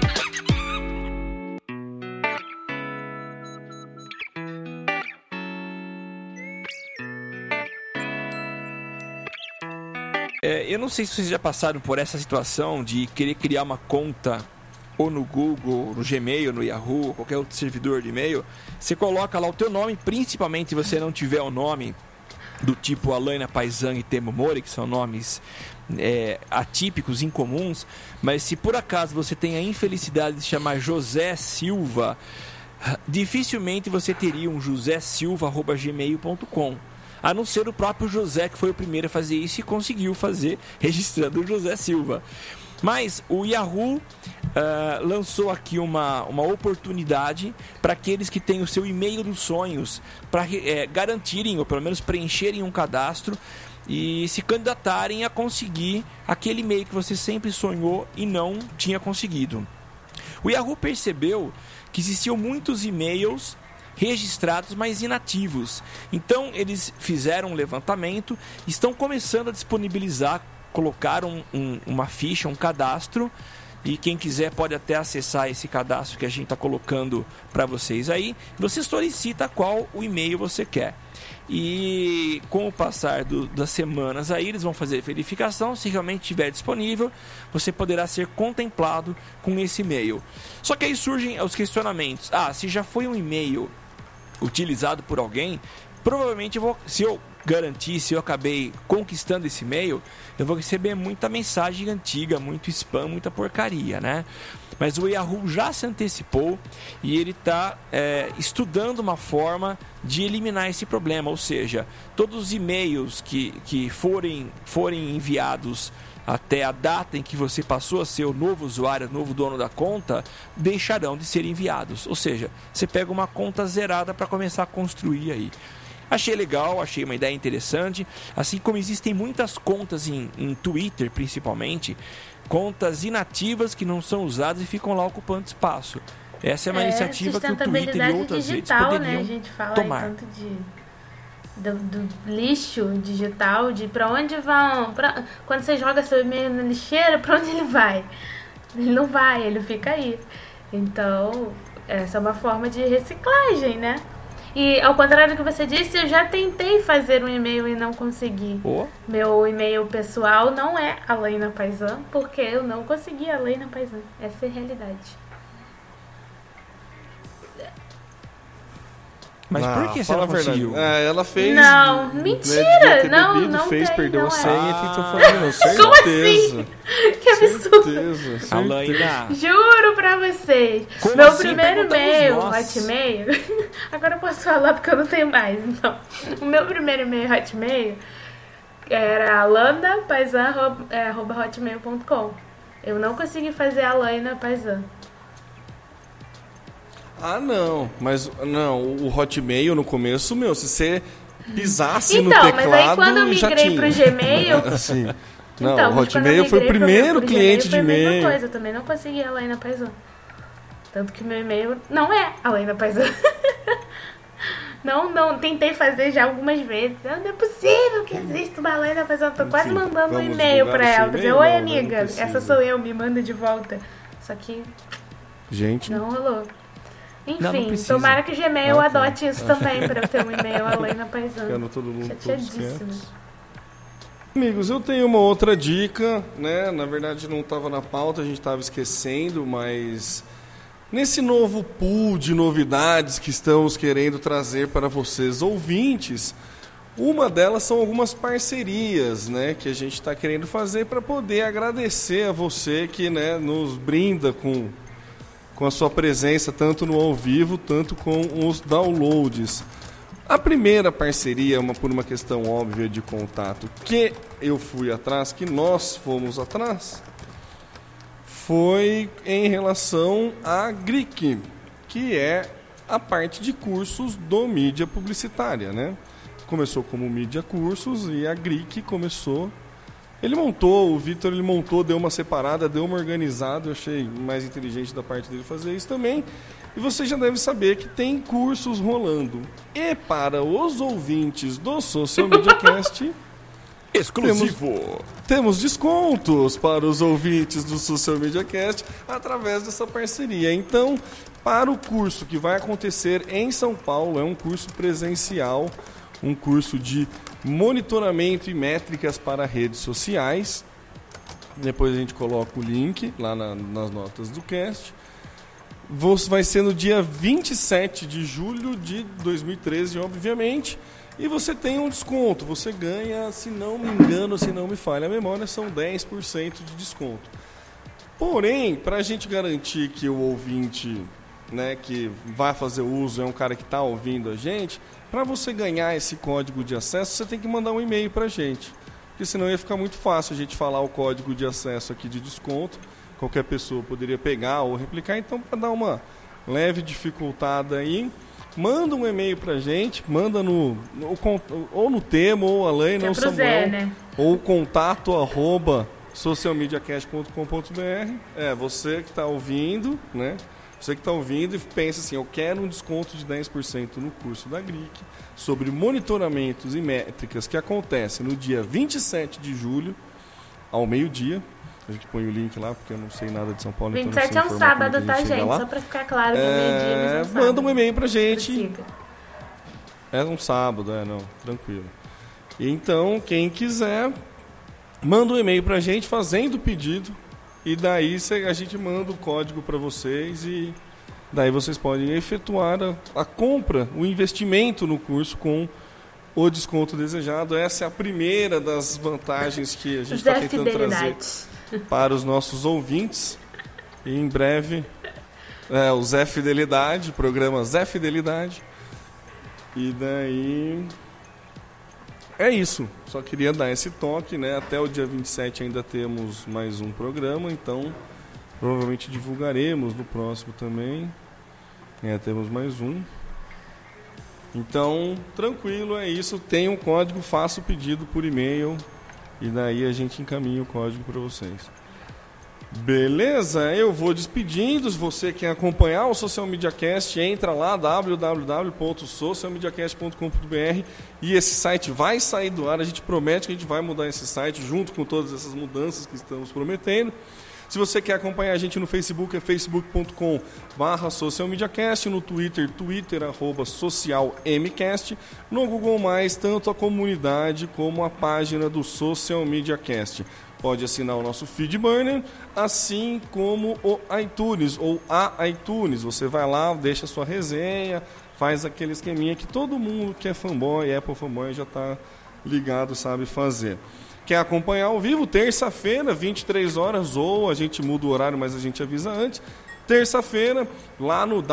Eu não sei se vocês já passaram por essa situação de querer criar uma conta ou no Google, no Gmail, no Yahoo, ou qualquer outro servidor de e-mail. Você coloca lá o teu nome, principalmente se você não tiver o nome do tipo Alaina Paisan e Temo Mori, que são nomes atípicos, incomuns, mas se por acaso você tem a infelicidade de se chamar José Silva, dificilmente você teria um josésilva@gmail.com. A não ser o próprio José, que foi o primeiro a fazer isso e conseguiu fazer registrando o José Silva. Mas o Yahoo lançou aqui uma oportunidade para aqueles que têm o seu e-mail dos sonhos, para garantirem, ou pelo menos preencherem um cadastro e se candidatarem a conseguir aquele e-mail que você sempre sonhou e não tinha conseguido. O Yahoo percebeu que existiam muitos e-mails registrados, mas inativos. Então eles fizeram um levantamento, estão começando a disponibilizar, colocaram uma ficha, um cadastro, e quem quiser pode até acessar esse cadastro que a gente está colocando para vocês aí. Você solicita qual o e-mail você quer. E com o passar das semanas aí, eles vão fazer verificação. Se realmente estiver disponível, você poderá ser contemplado com esse e-mail. Só que aí surgem os questionamentos. Se já foi um e-mail utilizado por alguém, provavelmente se eu acabei conquistando esse e-mail, eu vou receber muita mensagem antiga, muito spam, muita porcaria, né? Mas o Yahoo já se antecipou e ele está estudando uma forma de eliminar esse problema, ou seja, todos os e-mails que forem enviados até a data em que você passou a ser o novo usuário, o novo dono da conta, deixarão de ser enviados. Ou seja, você pega uma conta zerada para começar a construir aí. Achei legal, achei uma ideia interessante. Assim como existem muitas contas em Twitter, principalmente, contas inativas que não são usadas e ficam lá ocupando espaço. Essa é uma iniciativa que o Twitter e outras redes poderiam, né? A gente fala tomar. Tanto do lixo digital, de pra onde vão. Quando você joga seu e-mail na lixeira, pra onde ele vai? Ele não vai, ele fica aí. Então, essa é uma forma de reciclagem, né? E ao contrário do que você disse, eu já tentei fazer um e-mail e não consegui. Meu e-mail pessoal não é Alaina Paisan, porque eu não consegui Alaina Paisan. Essa é a realidade. Mas por que você não conseguiu? Ela fez... Não, mentira! Não fez, tem, perdeu não a senha e tentou fazer. Como assim? Que absurdo! Certeza. Alaina. Juro pra vocês. Como meu assim? primeiro e-mail, Nós. Hotmail... Agora eu posso falar porque eu não tenho mais, então. O meu primeiro e-mail Hotmail era alandapaisan@hotmail.com. Eu não consegui fazer a Alaina Paisan. Não, mas não, o Hotmail no começo, se você pisasse no então, teclado, mas aí quando eu migrei pro Gmail... Assim, não, então, o Hotmail foi o primeiro cliente de e-mail. Foi a mesma coisa, eu também não consegui a Alaina Paisan. Tanto que meu e-mail não é Alaina Paisan. Não, tentei fazer já algumas vezes. Não é possível que exista uma Alaina Paisan. Tô quase mandando um e-mail pra ela. Dizer, oi amiga, essa sou eu, me manda de volta. Só que gente, não rolou. Enfim, não tomara que o Gmail adote isso também pra eu ter um e-mail Alaina Paisan. ficando todo mundo Chateadíssima. Amigos, eu tenho uma outra dica, né? Na verdade não estava na pauta, a gente estava esquecendo, mas nesse novo pool de novidades que estamos querendo trazer para vocês ouvintes, uma delas são algumas parcerias, né, que a gente está querendo fazer para poder agradecer a você que, né, nos brinda com a sua presença, tanto no ao vivo, tanto com os downloads. A primeira parceria, por uma questão óbvia de contato, que eu fui atrás, que nós fomos atrás, foi em relação à GRIC, que é a parte de cursos do mídia publicitária, né? Começou como mídia cursos e a GRIC começou O Vitor montou, deu uma separada, deu uma organizada, eu achei mais inteligente da parte dele fazer isso também. E você já deve saber que tem cursos rolando. E para os ouvintes do Social Media Cast, exclusivo. Temos descontos para os ouvintes do Social Media Cast através dessa parceria. Então, para o curso que vai acontecer em São Paulo, é um curso presencial, um curso de monitoramento e métricas para redes sociais. Depois a gente coloca o link lá nas notas do cast. Vai ser no dia 27 de julho de 2013, obviamente. E você tem um desconto. Você ganha, se não me engano, se não me falha a memória, são 10% de desconto. Porém, para a gente garantir que o ouvinte, né, que vai fazer uso é um cara que está ouvindo a gente, para você ganhar esse código de acesso, você tem que mandar um e-mail para a gente. Porque senão ia ficar muito fácil a gente falar o código de acesso aqui de desconto. Qualquer pessoa poderia pegar ou replicar. Então, para dar uma leve dificultada aí, manda um e-mail pra gente, manda ou no Temo, ou Alaina, ou Samuel, Zé, né? ou contato @socialmediacast.com.br. Você que está ouvindo, né? Você que está ouvindo e pensa assim, eu quero um desconto de 10% no curso da GRIC sobre monitoramentos e métricas que acontece no dia 27 de julho, ao meio-dia. A gente põe o link lá, porque eu não sei nada de São Paulo. 27 então é um sábado, tá, gente? Só pra ficar claro que meio-dia não manda um e-mail pra gente. É um sábado, não, tranquilo. Então, quem quiser, manda um e-mail pra gente fazendo o pedido. E daí a gente manda o código para vocês e daí vocês podem efetuar a compra, o investimento no curso com o desconto desejado. Essa é a primeira das vantagens que a gente está tentando trazer para os nossos ouvintes. E em breve, o Zé Fidelidade, programa Zé Fidelidade. E daí... é isso. Só queria dar esse toque, né? Até o dia 27 ainda temos mais um programa, então provavelmente divulgaremos no próximo também. Temos mais um. Então, tranquilo, é isso. Tem um código, faça o pedido por e-mail e daí a gente encaminha o código para vocês. Beleza? Eu vou despedindo. Se você quer acompanhar o Social Media Cast, entra lá, www.socialmediacast.com.br, e esse site vai sair do ar. A gente promete que a gente vai mudar esse site junto com todas essas mudanças que estamos prometendo. Se você quer acompanhar a gente no Facebook, é facebook.com/socialmediacast, no Twitter, @socialmcast, no Google+, tanto a comunidade como a página do Social Media Cast. Pode assinar o nosso Feedburner, assim como o iTunes, ou a iTunes. Você vai lá, deixa a sua resenha, faz aquele esqueminha que todo mundo que é fanboy, Apple fanboy, já está ligado, sabe fazer. Quer acompanhar ao vivo? Terça-feira, 23 horas, ou a gente muda o horário, mas a gente avisa antes. Terça-feira, lá no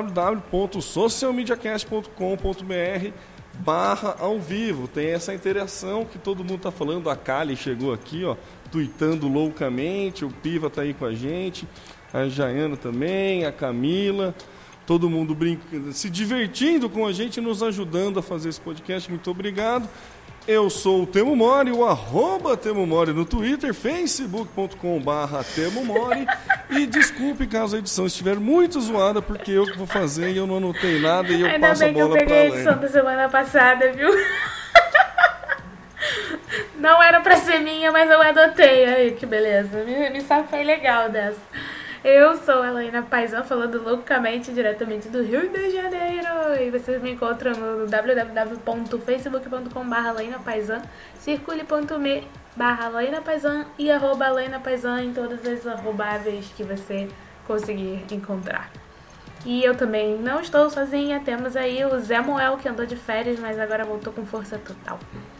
www.socialmediacast.com.br/ao vivo. Tem essa interação que todo mundo está falando. A Kali chegou aqui, tweetando loucamente. O Piva está aí com a gente. A Jaiana também, a Camila. Todo mundo brincando, se divertindo com a gente, nos ajudando a fazer esse podcast. Muito obrigado. Eu sou o Temo Mori, o @Temo Mori no Twitter, facebook.com/Temo Mori. E desculpe caso a edição estiver muito zoada, porque eu que vou fazer e eu não anotei nada e eu passo a bola para Ainda bem que eu peguei a edição da semana passada, viu? Não era pra ser minha, mas eu adotei. Aí, que beleza. Me safei legal dessa. Eu sou a Alaina Paisan, falando loucamente diretamente do Rio de Janeiro. E vocês me encontram no www.facebook.com/AlainaPaisan, circule.me/AlainaPaisan e @AlainaPaisan em todas as arrobáveis que você conseguir encontrar. E eu também não estou sozinha, temos aí o Zé Moel, que andou de férias, mas agora voltou com força total.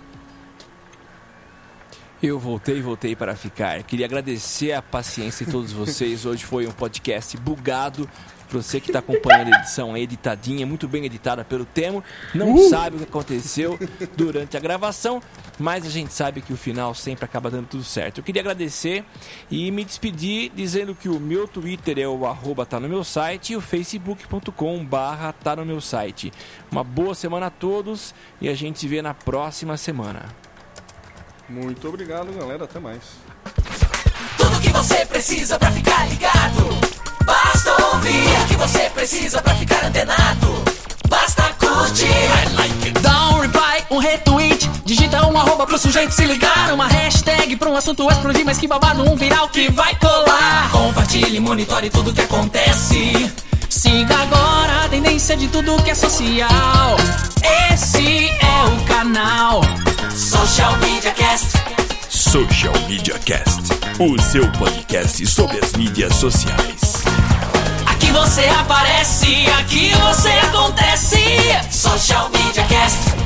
Eu voltei para ficar. Queria agradecer a paciência de todos vocês. Hoje foi um podcast bugado. Você que está acompanhando a edição editadinha, muito bem editada pelo Temo. Não sabe o que aconteceu durante a gravação, mas a gente sabe que o final sempre acaba dando tudo certo. Eu queria agradecer e me despedir dizendo que o meu Twitter é o @tá no meu site e o facebook.com/tá no meu site. Uma boa semana a todos e a gente se vê na próxima semana. Muito obrigado, galera. Até mais. Tudo que você precisa pra ficar ligado. Basta ouvir. O que você precisa pra ficar antenado. Basta curtir. I like it. Dá um reply, um retweet. Digita um arroba pro sujeito se ligar. Uma hashtag pra um assunto explodir. Mas que babado, um viral que vai colar. Compartilhe, monitore tudo que acontece. Siga agora a tendência de tudo que é social. Esse é o canal Social Media Cast. Social Media Cast, o seu podcast sobre as mídias sociais. Aqui você aparece, aqui você acontece. Social Media Cast.